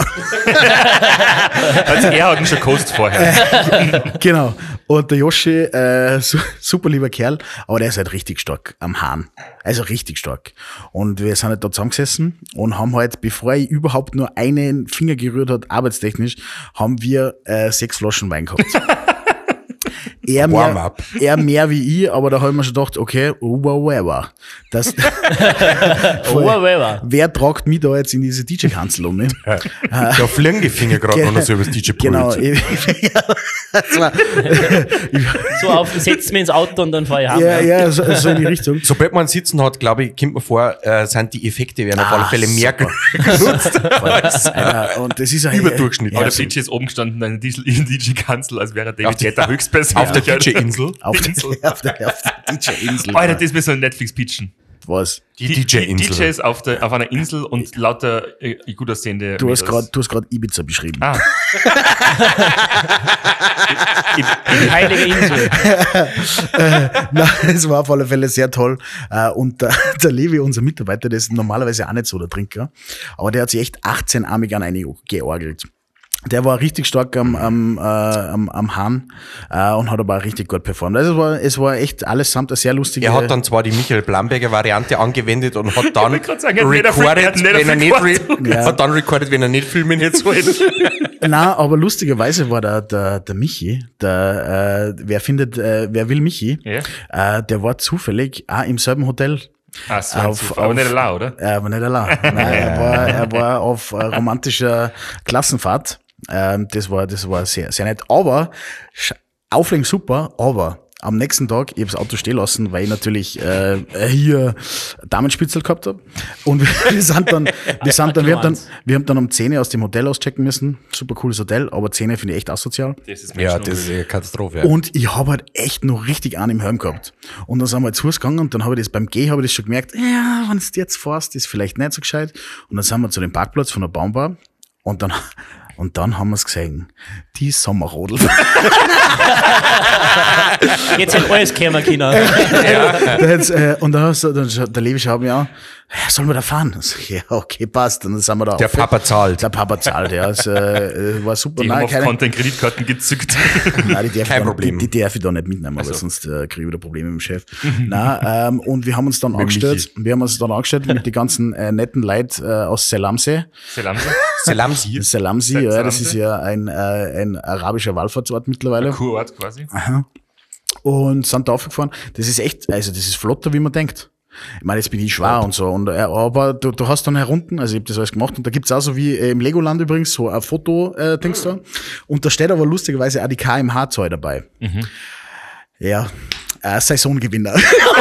Also er hat ihn schon gekostet vorher. Genau. Und der Joschi, super lieber Kerl, aber der ist halt richtig stark am Hahn. Also richtig stark. Und wir sind halt da zusammengesessen und haben halt, bevor ich überhaupt nur einen Finger gerührt hat, arbeitstechnisch, haben wir 6 Flaschen Wein gehabt. Er mehr wie ich, aber da habe ich mir schon gedacht, okay, wer tragt mich da jetzt in diese DJ-Kanzel um? Ne? Da fliegen die Finger gerade noch so über das DJ-Pult. Genau. Setzt mir ins Auto und dann fahre ich heim. Ja, so in die Richtung. Sobald man sitzen hat, glaube ich, kommt mir vor, sind die Effekte werden auf alle Fälle mehr genutzt. Und das ist ein Überdurchschnitt. Aber der DJ ist oben gestanden in DJ-Kanzel, als wäre David Guetta Höchstpersönlichkeit. Auf der DJ-Insel. Auf der DJ-Insel. Alter, das müssen wir Netflix pitchen. Was? Die DJ-Insel. DJs auf einer Insel und lauter gut aussehende Du hast gerade Ibiza beschrieben. Die heilige Insel. Nein, es war auf alle Fälle sehr toll. Und der Levi, unser Mitarbeiter, der ist normalerweise auch nicht so der Trinker, aber der hat sich echt 18-armig an eine georgelt. Der war richtig stark am Hahn und hat aber auch richtig gut performt. Also es war echt allesamt eine sehr lustige... Er hat dann zwar die Michael Blamberger Variante angewendet und hat dann sagen, recorded, wenn er nicht filmen jetzt wollte. Nein, aber lustigerweise war der Michi, wer will Michi, Ja. der war zufällig auch im selben Hotel. Aber nicht allein, oder? Aber nicht allein. Nein, er war auf romantischer Klassenfahrt. Das war sehr, sehr nett. Aber, auflegen super, aber am nächsten Tag, ich habe das Auto stehen lassen, weil ich natürlich hier Damenspitzel gehabt habe. Und wir haben dann um 10 Uhr aus dem Hotel auschecken müssen. Super cooles Hotel, aber 10 Uhr finde ich echt asozial. Das ist eine Katastrophe. Ja. Und ich habe halt echt noch richtig einen im Helm gehabt. Und dann sind wir zu Fuß gegangen und dann habe ich das beim Gehen schon gemerkt, ja, wenn du jetzt fährst, ist vielleicht nicht so gescheit. Und dann sind wir zu dem Parkplatz von der Baumbar und dann haben wir es gesehen. Die Sommerrodel. Jetzt sind alles gekommen, Kinder. Und dann der Levi schaut mir an, sollen wir da fahren? So, ja, okay, passt. Und dann sind wir da. Der Papa zahlt. Der Papa zahlt, ja. Es war super. Die haben auf Content-Kreditkarten gezückt. Nein, Kein Problem. Die darf ich da nicht mitnehmen, weil sonst kriege ich wieder Probleme mit dem Chef. Nein, und wir haben uns dann angestellt mit den ganzen netten Leuten aus Selamsi. Selamsi, ja, das ist ja ein arabischer Wallfahrtsort mittlerweile. Ein Kurort quasi. Aha. Und sind da aufgefahren. Das ist echt, also das ist flotter, wie man denkt. Ich meine, jetzt bin ich schwer und so. Aber du hast dann herunten, also ich habe das alles gemacht. Und da gibt's auch so wie im Legoland übrigens so ein Foto-Dings da. Und da steht aber lustigerweise auch die kmh-Zahl dabei. Mhm. Ja. Saisongewinner.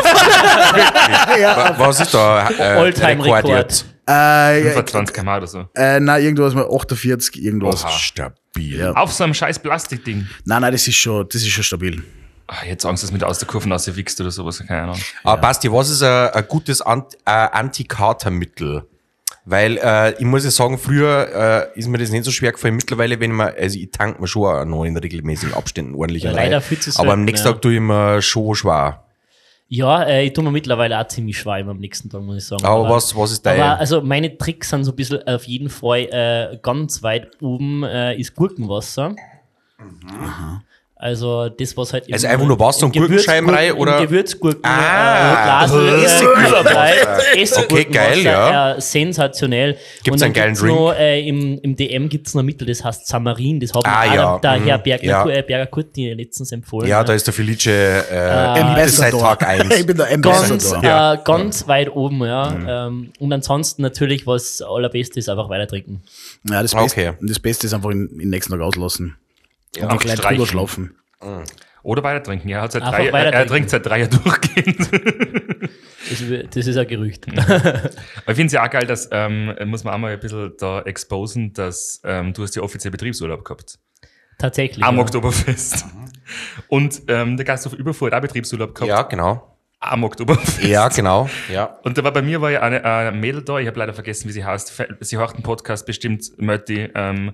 Was ist da? All-Time-Rekord. 25 km oder so. Nein, irgendwas mal 48, irgendwas. Oha, stabil. Ja. Auf so einem scheiß Plastikding. Nein, das ist schon stabil. Jetzt Angst, dass mit aus der Kurve rauswichst oder sowas, keine Ahnung. Aber Basti, was ist ein gutes Anti-Kater-Mittel? Weil ich muss ja sagen, früher ist mir das nicht so schwer gefallen. Mittlerweile, ich tank mir schon noch in regelmäßigen Abständen ordentlich rein. Leider viel zu selten, aber am nächsten Tag tue ich mir schon schwer. Ja, ich tue mir mittlerweile auch ziemlich schwer am nächsten Tag, muss ich sagen. Aber was ist dein? Aber also meine Tricks sind so ein bisschen auf jeden Fall ganz weit oben ist Gurkenwasser. Aha. Also das, was halt also einfach nur Wasser und Gurkenscheiben rein, oder? Gewürzgurken. Okay, geil, ja. Sensationell. Gibt's einen geilen Drink? Noch, im DM gibt's noch ein Mittel, das heißt Samarin. Das hat der Herr Berger Kurti letztens empfohlen. Ja, da ist der Felice seit Tag 1. Ich bin der Ambassador. Ganz weit oben, ja. Und ansonsten natürlich, was allerbeste ist, einfach weiter trinken. Ja, das Beste ist einfach den nächsten Tag auslassen. Ja, und gleich drüber schlafen. Oder weiter trinken. Er trinkt seit 3 Jahren durchgehend. Das ist ein Gerücht. Ich finde es ja auch geil, dass, muss man auch mal ein bisschen da exposen, dass du hast ja offiziell Betriebsurlaub gehabt. Tatsächlich. Am Oktoberfest. Und der Gasthof Überfuhr hat auch Betriebsurlaub gehabt. Ja, genau. Am Oktoberfest. Ja, genau. Ja. Und bei mir war ja eine Mädel da, ich habe leider vergessen, wie sie heißt. Sie hört den Podcast bestimmt, Mötti.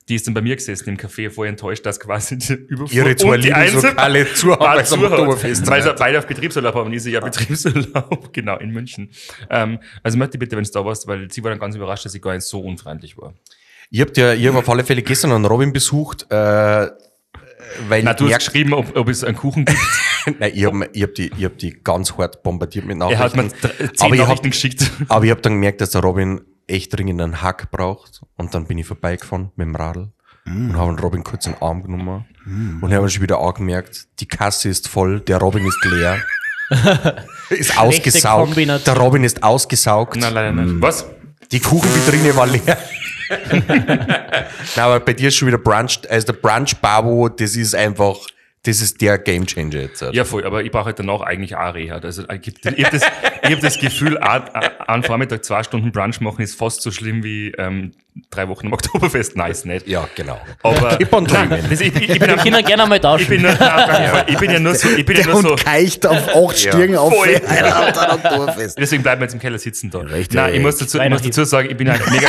die ist dann bei mir gesessen im Café, voll enttäuscht, dass quasi die Überfuhr Ihre zwei und die Lieblingslokale zu haben, weil es am Oktoberfest weil sie beide auf Betriebsurlaub haben und ich so, ja, Betriebsurlaub, genau, in München. Also Matti, bitte, wenn du da warst, weil sie war dann ganz überrascht, dass ich gar nicht so unfreundlich war. Ich hab auf alle Fälle gestern einen Robin besucht, weil du hast geschrieben, ob es einen Kuchen gibt. Nein, ich hab die ganz hart bombardiert mit Nachrichten. Er hat mir 10 Nachrichten geschickt. Aber ich hab dann gemerkt, dass der Robin echt dringend einen Hack braucht. Und dann bin ich vorbeigefahren mit dem Radl und habe den Robin kurz in den Arm genommen. Und ich habe schon wieder angemerkt, die Kasse ist voll, der Robin ist leer. Ist ausgesaugt. Kombination. Der Robin ist ausgesaugt. Nein, leider nicht. Was? Die Kuchenvitrine war leer. Nein, aber bei dir ist schon wieder Brunch, also der Brunch-Babo, das ist der Gamechanger jetzt. Ja, voll, aber ich brauche halt danach eigentlich auch Reha. Also ich hab das Gefühl, am Vormittag 2 Stunden Brunch machen ist fast so schlimm wie 3 Wochen am Oktoberfest. Nice, nicht? Ja, genau. Aber Keep on dreaming. Wir können gerne einmal tauschen. Ich bin ja nur so. Keicht auf 8 Stirn auf Voll. ein Oktoberfest. Deswegen bleiben wir jetzt im Keller sitzen da. Richtig. Nein, ich muss dazu sagen, ich bin ein mega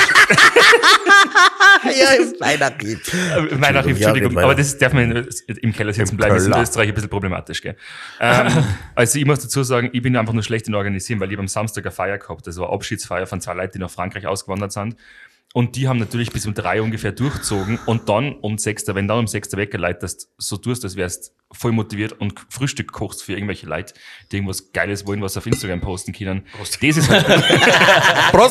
Ja, ist Weihnachten. Weihnachten, Entschuldigung, Ja, aber das darf man im Keller sitzen bleiben, ist in Keller. Österreich ein bisschen problematisch, gell? Also ich muss dazu sagen, ich bin einfach nur schlecht in Organisieren, weil ich am Samstag eine Feier gehabt, das war eine Abschiedsfeier von 2 Leuten, die nach Frankreich ausgewandert sind. Und die haben natürlich bis um 3 ungefähr durchgezogen und dann um 6, wenn dann um 6 weggeleitest, so tust, als wärst voll motiviert und Frühstück kochst für irgendwelche Leute, die irgendwas Geiles wollen, was auf Instagram posten können. Das ist halt Prost!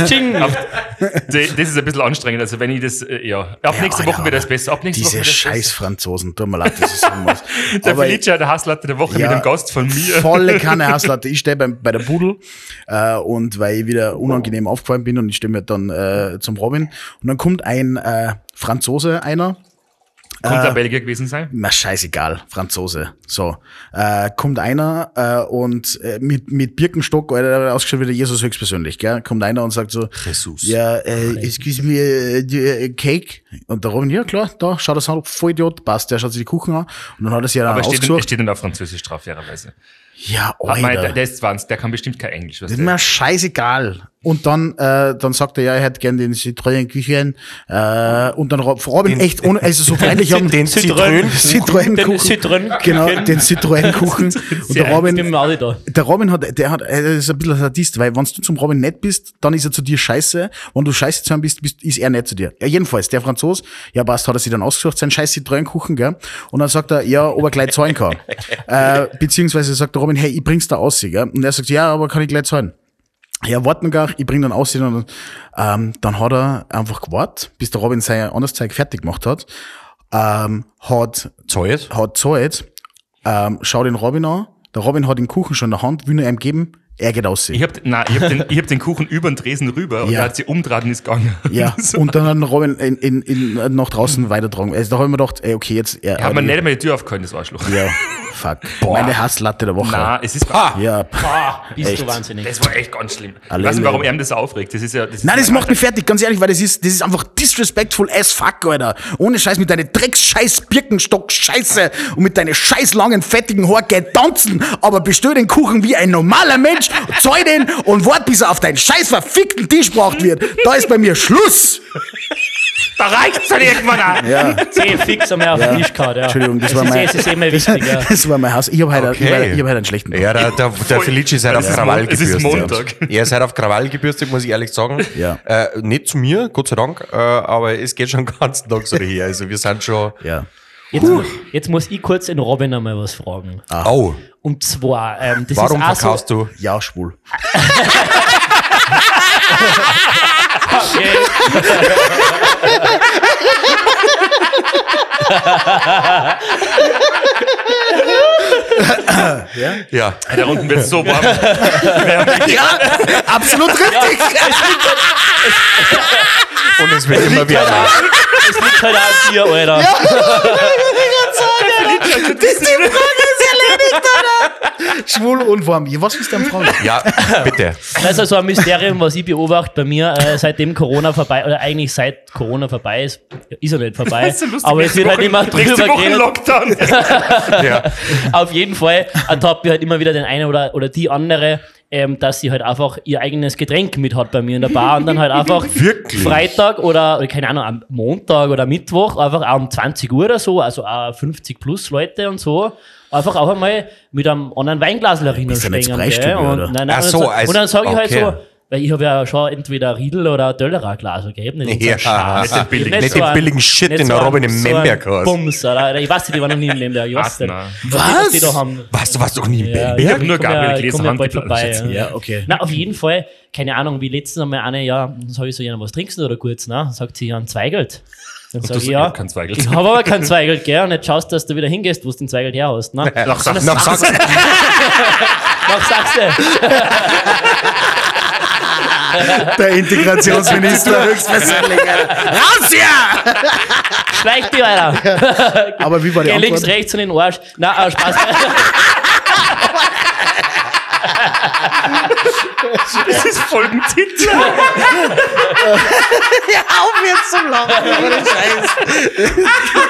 das ist ein bisschen anstrengend. Also wenn ich das, ab nächste Woche wird das besser. Ab nächste Woche Diese wird das scheiß besser. Franzosen, tut mir leid, das ist irgendwas. Der Aber Felicia, der Hasslatte der Woche Ja, mit einem Gast von mir. volle Kanne Hasslatte. Ich stehe bei der Pudel und weil ich wieder unangenehm aufgefallen bin und ich stehe mir dann zum Robin und dann kommt ein Franzose, einer. Kommt der Belgier gewesen sein? Na, scheißegal, Franzose. So, kommt einer und mit Birkenstock, Alter, der hat ausgeschaut wie der Jesus höchstpersönlich, gell? Kommt einer und sagt so, Jesus. ja, excuse me, Cake? Und der Robin, ja klar, da, schaut das an, Vollidiot, passt, der schaut sich die Kuchen an und dann hat er sich ja Aber dann es ausgesucht. steht dann auf Französisch drauf, fairerweise. Ja, Der Alter. ist 20, der kann bestimmt kein Englisch. Was Das ist mir scheißegal. Und dann sagt er, ja, er hätte gern den Citroën Küchen. Und dann Robin echt ohne, also so freundlich haben Den Citroën-Kuchen. Citroën. Genau, den Citroën-Kuchen. Und der Ich bin Robin, mit da. der Robin er ist ein bisschen ein Sadist, weil wenn du zum Robin nett bist, dann ist er zu dir scheiße. Wenn du scheiße zu ihm bist, ist er nett zu dir. Ja, jedenfalls, der Franzos, ja, passt, hat er sich dann ausgesucht, seinen scheiß Citroën-Kuchen, gell? Und dann sagt er, ja, ob er gleich zahlen kann. Beziehungsweise sagt der Robin, hey, ich bring's da aus, gell? Und er sagt, ja, aber kann ich gleich zahlen? Ja, warten gar, ich bring dann aussehen und dann hat er einfach gewartet, bis der Robin sein anderes Zeug fertig gemacht hat. Hat Zahlt? zahlt, schau den Robin an, der Robin hat den Kuchen schon in der Hand, will er ihm geben, er geht aussehen. Ich hab den Kuchen über den Tresen rüber und Ja. er hat sie umgedreht und ist gegangen. Ja, So. und dann hat der Robin nach draußen weitertragen. Also da habe ich mir gedacht, ey, okay, jetzt... Er hat mir nicht einmal die Tür aufgehalten, das Arschloch. Ja, fuck. Meine Hasslatte der Woche. Nein, es ist Ja, Bist Echt? du wahnsinnig. Das war echt ganz schlimm. Ich Alleine. weiß nicht, warum er das aufregt. Das ist ja, nein, das macht mich fertig, ganz ehrlich, weil das ist einfach disrespectful as fuck, Alter. Ohne Scheiß, mit deiner Drecks-Scheiß Birkenstock-Scheiße und mit deinen scheiß langen, fettigen Haaren geht tanzen, aber bestell den Kuchen wie ein normaler Mensch, zahl den und wart, bis er auf deinen scheiß verfickten Tisch gebracht wird. Da ist bei mir Schluss. Da reicht's dann irgendwann an. Ja. Sehr fix einmal auf den Tisch gehauen, ja. Entschuldigung, das war mein... Das ist immer wichtig, ja. Das war mein Haus. Ich hab heute Okay. ich hab heute einen schlechten Tag. Ja, der Felici ist halt auf Es ist Krawall Mon- es ist gebürstet. Montag. Er ist halt auf Krawall gebürstet, muss ich ehrlich sagen. Ja. Nicht zu mir, Gott sei Dank, aber es geht schon den ganzen Tag so daher. Also wir sind schon... Ja. Jetzt muss ich kurz den Robin einmal was fragen. Oh, Und zwar, das warum ist auch verkaufst du? Ja, schwul. Ja. Da unten wird's so warm. Ja, absolut richtig. Und es wird immer wärmer. Es liegt halt an dir, Alter. Schwul und warm. Was ist denn Frau? Ja, bitte. Das ist also ein Mysterium, was ich beobachte bei mir, seitdem Corona vorbei, oder eigentlich seit Corona vorbei ist, ist er nicht vorbei, aber es wird halt immer nächste drüber Woche geredet. Lockdown. Ja. Auf jeden Fall ertappt wir halt immer wieder den einen oder die andere, dass sie halt einfach ihr eigenes Getränk mit hat bei mir in der Bar und dann halt einfach Wirklich? Freitag oder keine Ahnung, am Montag oder Mittwoch, einfach auch um 20 Uhr oder so, also auch 50 plus Leute und so, einfach auch einmal mit einem anderen Weinglas erinnern Ist ja nicht stehen. Preisstück, oder? Ach so, und dann sage ich halt okay. so, weil ich habe ja schon entweder Riedel oder Döllerer Glas gegeben. Nicht Ja, Scheiß. nicht den billigen- nicht den billigen Shit, den der Robin im Lemberg hat. Bums, oder? Ich weiß nicht, die waren noch nie im Lemberg. Ich weiß nicht. Was? Die da haben. Was, du warst doch nie im Ja, Lemberg? Ich hab nur komm Gabriel ja, Gläser komm ja Hand bald geblockt, vorbei. schätze Ja. Ja, okay. Na, auf jeden Fall, keine Ahnung, wie letztens einmal eine, ja, dann sag ich so, ja, was trinkst du oder kurz, ne? Sagt sie, ja, ein Zweigelt. Dann Und sag du ich, sagst, ja, ich hab kein Zweigelt. ich habe aber kein Zweigelt, gell? Und jetzt schaust, dass du wieder hingehst, wo du den Zweigelt her hast, ne? Nach Sachsen. Nach Sachsen. Nach Sachse. Der Integrationsminister höchstpersönlich. Raus hier! Schleicht die weiter. Aber wie war die Geh links, Antwort? rechts und in den Arsch. Na, Spaß. Das ist Folgentitel. Ja, auf jetzt zum Lachen, aber den Scheiß.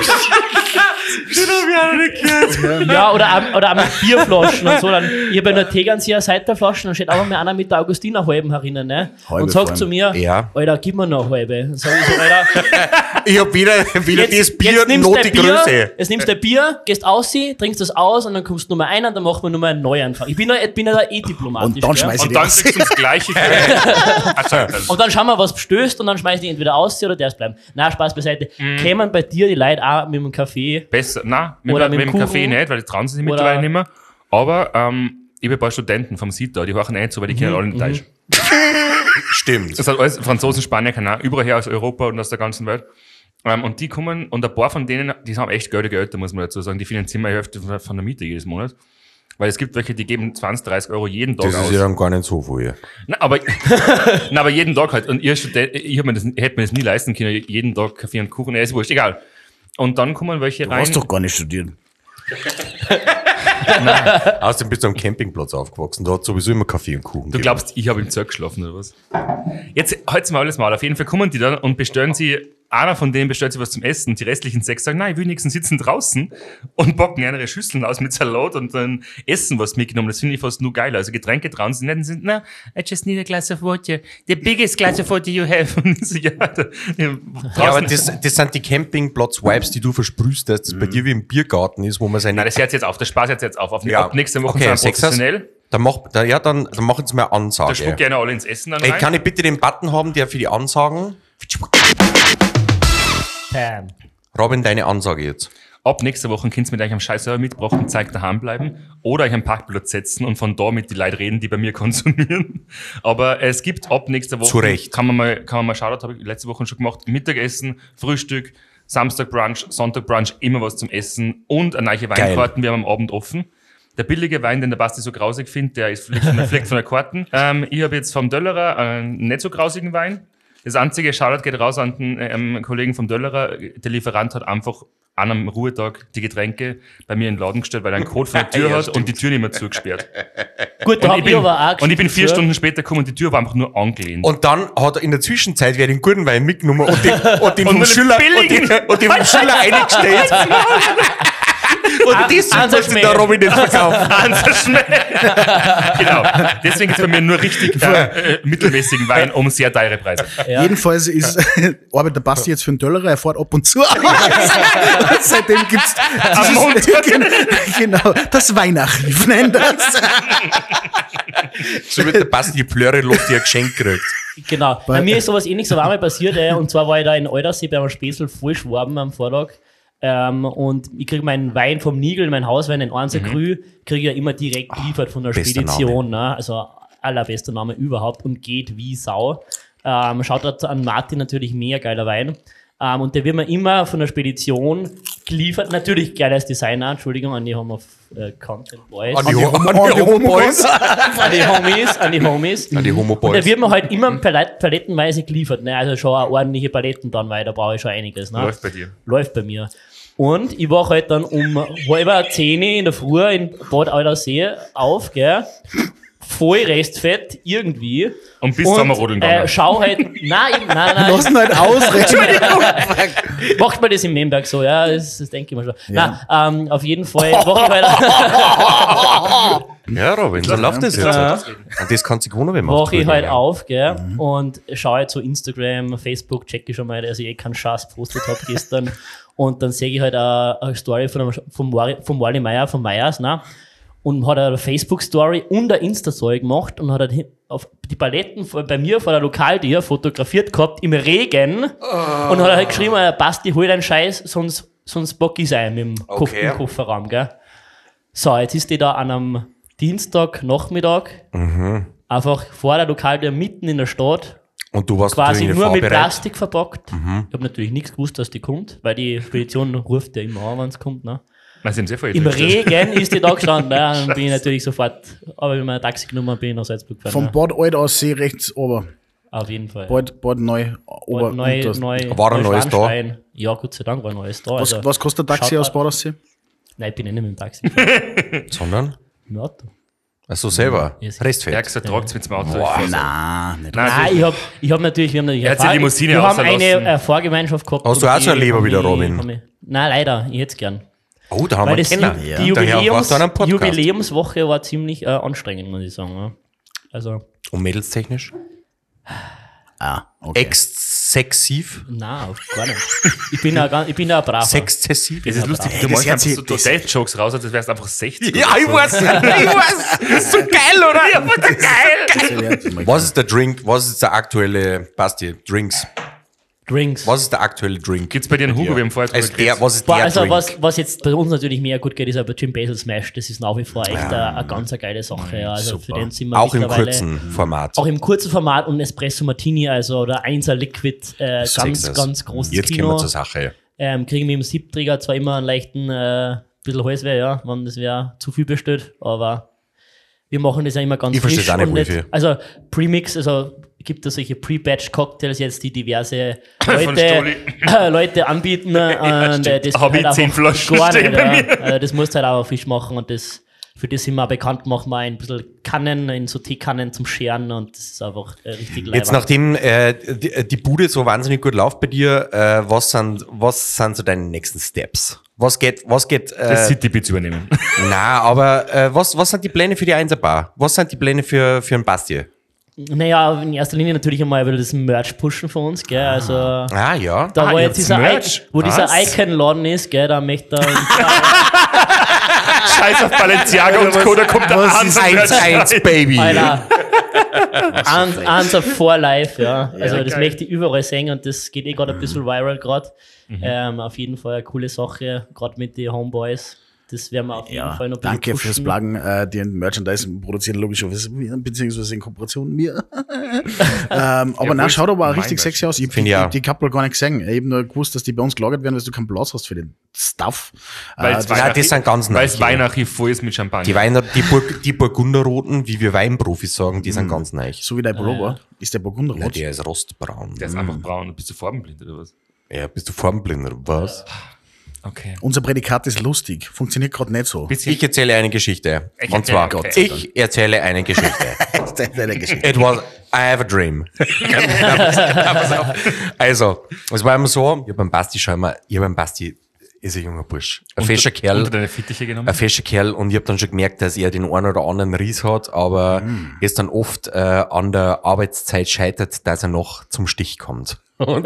Ja, oder auch mit Bierflaschen und so. Dann, ich habe ja nur Tegernseer Seiterflaschen, dann steht aber mir einer mit der Augustiner halben herinnen, ne? Halbe Und sagt vor zu allem. mir, Ja. Alter, gib mir noch eine halbe. Dann sag ich so, Alter, Ich hab wieder das Bier, nimmst not du die Größe. jetzt nimmst du ein Bier, gehst aus, trinkst das aus und dann kommst du nur mal ein und dann machen wir nur mal einen Neuanfang. Ich bin ja da eh diplomatisch. Und dann gell? schmeiß ich Und die dann aus. kriegst du das Gleiche. Und dann schauen wir, was stößt und dann schmeiß ich die entweder aus oder der ist bleiben. Na, Spaß beiseite. Kämen bei dir die Leute auch mit dem Kaffee? Besser, nein, mit, Oder mit mit dem dem Kaffee Kuchen. nicht, weil das trauen sie sich Oder- mittlerweile nicht mehr. Aber ich habe ein paar Studenten vom SITA, die hören nicht so, weil die kennen alle nicht Deutsch. Stimmt. Das hat alles Franzosen, Spanier, kennen auch überall her aus Europa und aus der ganzen Welt. Und die kommen, und ein paar von denen, die haben echt gute Eltern, muss man dazu sagen, die finanzieren mal die Hälfte von der Miete jedes Monat. Weil es gibt welche, die geben 20, 30 Euro jeden Tag Das aus. ist ja dann gar nicht so viel. Na, aber jeden Tag halt. Und ich hätte mir das nie leisten können, jeden Tag Kaffee und Kuchen, ist wurscht, egal. Und dann kommen welche Du rein. hast doch gar nicht studiert. Außerdem bist du am Campingplatz aufgewachsen, da hat sowieso immer Kaffee und Kuchen Du gegeben. glaubst, ich habe im Zirk geschlafen oder was? Jetzt halt's mal alles mal. Auf jeden Fall kommen die dann und bestellen sie, einer von denen bestellt sich was zum Essen und die restlichen 6 sagen, nein, ich will nichts und sitzen draußen und packen andere Schüsseln aus mit Salat und dann essen was mitgenommen. Das finde ich fast nur geiler. Also Getränke trauen sie nicht und sind, no, I just need a glass of water. The biggest glass of water you have. Und ich so, ja, Ja, aber das sind die Campingplatz-Vibes, die du versprühst, dass das bei dir wie im Biergarten ist, wo man seine... Nein, das hört jetzt auf. Das Spaß jetzt auf. Ja. Ab nächste Woche Okay, sind wir Sechsers. professionell. Dann machen sie mal eine Da Ansage. spuckt gerne alle ins Essen dann Ey, rein. kann ich bitte den Button haben, der für die Ansagen... Pam. Robin, deine Ansage jetzt. Ab nächster Woche könnt ihr mit euch am Scheißserver mitbrachen und zeigt daheim bleiben oder euch am Parkplatz setzen und von da mit die Leute reden, die bei mir konsumieren. Aber es gibt ab nächster Woche, Zu Recht. kann man mal schauen, das habe ich letzte Woche schon gemacht, Mittagessen, Frühstück, Samstag Brunch, Sonntag Brunch, immer was zum Essen und eine neue Weinkarten, wir haben am Abend offen. Der billige Wein, den der Basti so grausig findet, der ist fleckt von der Karten. Ich habe jetzt vom Döllerer einen nicht so grausigen Wein. Das einzige Shoutout geht raus an den Kollegen vom Döllerer. Der Lieferant hat einfach an einem Ruhetag die Getränke bei mir in den Laden gestellt, weil er einen Code von der Tür Ja, hat stimmt. und die Tür nicht mehr zugesperrt. Gut, da hab ich aber auch Und ich bin 4 dazu. Stunden später gekommen und die Tür war einfach nur angelehnt. Und dann hat er in der Zwischenzeit wer den guten Wein mitgenommen und den vom den Schüler billigen. und den vom Schüler eingestellt. Und das Hansa wollte Schmäh. der Robin nicht verkaufen. Genau. Deswegen ist bei mir nur richtig mittelmäßigen Wein um sehr teure Preise. Ja. Jedenfalls arbeitet der Basti jetzt für einen Döllerer, er fährt ab und zu. Seitdem gibt's Am Montag. genau, das Weinarchiv nennt das. So wird der Basti die Plöre los, die er geschenkt kriegt. Genau. Bei mir ist sowas ähnliches aber einmal passiert, und zwar war ich da in Aldersee bei einem Späßel voll schwaben am Vortag. Und ich kriege meinen Wein vom Nigel, meinen Hauswein, den 1er Krü, kriege ich ja immer direkt geliefert von der bester Spedition. Ne? Also allerbester Name überhaupt und geht wie Sau. Schaut an Martin, natürlich mega geiler Wein. Und der wird mir immer von der Spedition geliefert. Natürlich geiles Designer, Entschuldigung, an die Content Boys. An die Homo-Boys. An die Homies. An die Und der Homo-Boys. wird mir halt immer palettenweise geliefert. Ne? Also schon ordentliche Paletten dann, weil da brauche ich schon einiges. Ne? Läuft bei dir. Läuft bei mir. Und ich wache halt dann um 9:30 in der Früh in Bad Aldersee auf, gell? Voll Restfett irgendwie. Und bis zum Rodeln gegangen. Schau halt, nein. Lass ihn halt ausrechnen. Macht man das im Lemberg so, ja, das denke ich mal schon. Ja. Nein, auf jeden Fall wache ich halt Ja, Robin, so läuft das jetzt. Ja. Und das kann sich gewonnen, wenn man Wache ich halt ja. auf, gell, und schaue halt so Instagram, Facebook, checke ich schon mal, dass ich keinen Scheiß gepostet habe gestern. Und dann sehe ich halt eine Story vom Wally Meier, von Meyers, ne? Und hat eine Facebook-Story und eine Insta-Story gemacht und hat halt auf die Paletten bei mir vor der Lokaltür fotografiert gehabt im Regen und hat halt geschrieben, Basti, hol deinen Scheiß, sonst bock ich ein mit dem Okay. Kofferraum, gell. So, jetzt ist die da an einem Dienstagnachmittag einfach vor der Lokaltür mitten in der Stadt, Und du warst quasi natürlich nur mit vorbereitet. Plastik verpackt. Ich habe natürlich nichts gewusst, dass die kommt, weil die Spedition ruft ja immer an, wenn es kommt. Ne? Nein, sie haben sehr viel Im gestellt. Regen ist die da gestanden, ne? Dann bin ich natürlich sofort, aber wenn man ein Taxi genommen habe, bin ich nach Salzburg gefahren. Vom Ne? Bad Alt aus See rechts ober. Auf jeden Fall. Bad neu ober. Neu, und das- War ein neues da? Schwanstein. Ja, Gott sei Dank war ein neues da. Was, Also, was kostet ein Taxi schaut aus mal- Bad Aussee? Nein, ich bin nicht mit dem Taxi gefahren. Sondern? Im Auto. Also selber. Ja, sicher. Er hat Restfett. gesagt, tragt es mit dem Auto. Nein, nicht. Nein, ich hab natürlich, wir haben natürlich Er hat die Limousine wir haben rausgelassen. eine Fahrgemeinschaft gehabt. Hast du und auch so ein die Leber haben wie der mich- Robin? haben mich- Nein, leider, ich hätte es gern. Oh, da haben Weil wir das, einen Kenner. die Daher brauchst du einen Podcast. Jubiläumswoche war ziemlich anstrengend, muss ich sagen. Ja. Also, Und mädelstechnisch? Ah, okay. Exzessiv? nein, gar nicht. Ich bin ja ein braver. Sexzessiv? Es ist lustig, Ey, du das machst hört einfach sich- so das- Date-Jokes raus, als wärst du einfach 60. Ja, oder ich so. weiß. Das ist so geil, oder? Ja, was ist geil. Was ist der Drink? Was ist der aktuelle, Basti, Drinks? Drinks. Was ist der aktuelle Drink? Gibt's bei dir einen Hugo? Wir haben vorher Also drüber geredet. was ist Boah, der also Drink? was jetzt bei uns natürlich mehr gut geht, ist aber Jim Basil Smash. Das ist nach wie vor echt eine ganz geile Sache. Ja. Also für den sind wir Auch im mittlerweile- kurzen Format. Auch im kurzen Format und Espresso Martini, also oder 1er Liquid, ganz, Sechses. ganz großes Jetzt kommen Kino. wir zur Sache. Kriegen wir im Siebträger zwar immer einen leichten bisschen Halsweh, ja, wenn das wer zu viel bestellt, aber wir machen das ja immer ganz Ich verstehe frisch. auch nicht, und wie viel. Also Premix, also gibt es solche Pre-Batch-Cocktails jetzt, die diverse Von Leute anbieten. Und, das Hab geht ich halt 10 einfach Flaschen gar stehen nicht, bei ja. Also das musst du halt auch frisch machen und das, für das sind wir auch bekannt, machen wir ein bisschen Kannen, in so Teekannen zum Scheren und das ist einfach richtig Jetzt leibend. nachdem die Bude so wahnsinnig gut läuft bei dir, was sind so deine nächsten Steps? Was geht Das City Beats übernehmen. na, aber was sind die Pläne für die Einserbar? Was sind die Pläne für einen Basti? Naja, in erster Linie natürlich einmal will das Merch pushen für uns, gell, also Ah ja. da wo ihr jetzt habt's dieser, Merch? wo dieser Was? Icon-Laden ist, gell, da möchte er Scheiß auf Balenciaga und Co., da kommt der was Hans ist 1-1, Baby. Alter. Answer for life, ja. Also das geil. möchte ich überall sehen und das geht gerade ein bisschen viral gerade. Auf jeden Fall eine coole Sache, gerade mit den Homeboys. Das werden wir auf jeden Ja, Fall noch ein bisschen danke pushen. fürs Pluggen. Die Merchandise produzieren logischerweise, beziehungsweise in Kooperation mit mir. Aber na, schaut aber auch mein richtig sexy aus. Ich Finde ich auch. hab die Couple gar nicht gesehen. Ich habe nur gewusst, dass die bei uns gelagert werden, weil du keinen Platz hast für den Stuff. Weil's Nein, das sind ganz Weil neue. es Weihnachtsarchiv voll ist mit Champagner. Die Burgunderroten, wie wir Weinprofis sagen, die sind ganz neu. so wie dein Pullover. Ist der Burgunderrot? Na, der ist rostbraun. Der ist einfach braun. Bist du farbenblind oder was? Ja, bist du farbenblind oder was? Okay. Unser Prädikat ist lustig. Funktioniert gerade nicht so. Bisschen. Ich erzähle eine Geschichte. Und zwar, Gott sei ich erzähle eine Geschichte. Das ist deine Geschichte. It was, I have a dream. Also, es war immer so, ich hab beim Basti, ist ein junger Bursch. Ein fescher Kerl. Unter deine Fittiche genommen? Ein fescher Kerl und ich habe dann schon gemerkt, dass er den einen oder anderen Ries hat, aber es dann oft an der Arbeitszeit scheitert, dass er noch zum Stich kommt. Und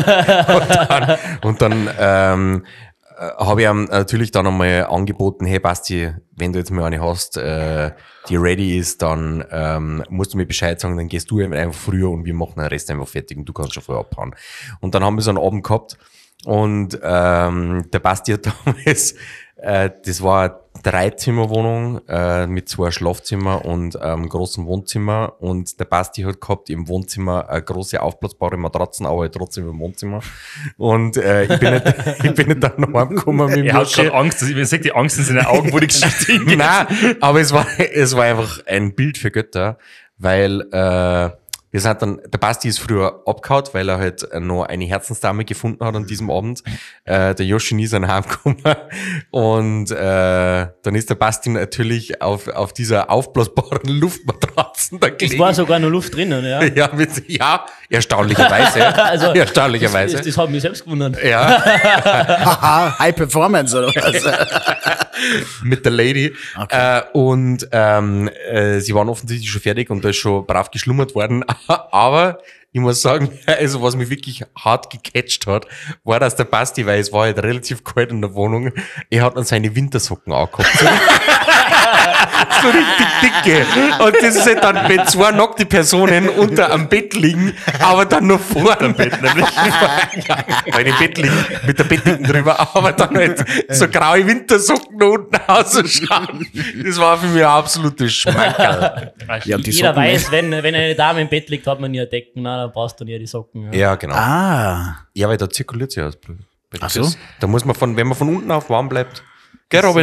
dann habe ich ihm natürlich dann einmal angeboten, hey Basti, wenn du jetzt mal eine hast, die ready ist, dann musst du mir Bescheid sagen, dann gehst du einfach früher und wir machen den Rest einfach fertig und du kannst schon vorher abhauen. Und dann haben wir so einen Abend gehabt und der Basti hat damals, das war eine 3-Zimmer-Wohnung mit 2 Schlafzimmer und einem großen Wohnzimmer und der Basti hat gehabt im Wohnzimmer eine große aufblasbare Matratzen, aber halt trotzdem im Wohnzimmer und ich bin nicht dann noch heimgekommen mit dem Er hat Bursche. gerade Angst. Ich sehe die Angst in seinen Augen, wo die Geschichte hingeht. Nein, aber es war einfach ein Bild für Götter, weil Wir sind dann, der Basti ist früher abgehauen, weil er halt noch eine Herzensdame gefunden hat an diesem Abend. Der Joshi nie sind heimgekommen. Und dann ist der Basti natürlich auf dieser aufblasbaren Luftmatratzen da gelegen. Es war sogar noch Luft drinnen, ja. Ja, erstaunlicherweise. Also, erstaunlicherweise. Das hat mich selbst gewundert. Ja, Haha, High Performance oder was? mit der Lady. Okay. Und sie waren offensichtlich schon fertig und da ist schon brav geschlummert worden. Aber ich muss sagen, also was mich wirklich hart gecatcht hat, war, dass der Basti, weil es war halt relativ kalt in der Wohnung, er hat dann seine Wintersocken angehabt. So richtig dicke. Und das ist halt dann, wenn zwei nackte Personen unter am Bett liegen, aber dann nur vor dem Bett, nämlich. Bei dem Bett liegen, mit der Bettdecken drüber, aber dann halt so graue Wintersocken da unten ausschauen. Das war für mich ein absolutes Schmankerl. Ja, und die Jeder Socken weiß, wenn eine Dame im Bett liegt, hat man nie eine Decken, na, dann brauchst du nie die Socken. Ja. Ja, genau. Ja, weil da zirkuliert ja. Ach so. Da muss man wenn man von unten auf warm bleibt. Gell, Robin?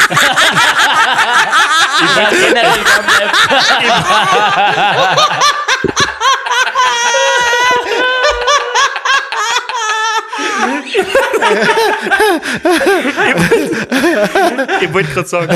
Generell Ich wollte gerade sagen,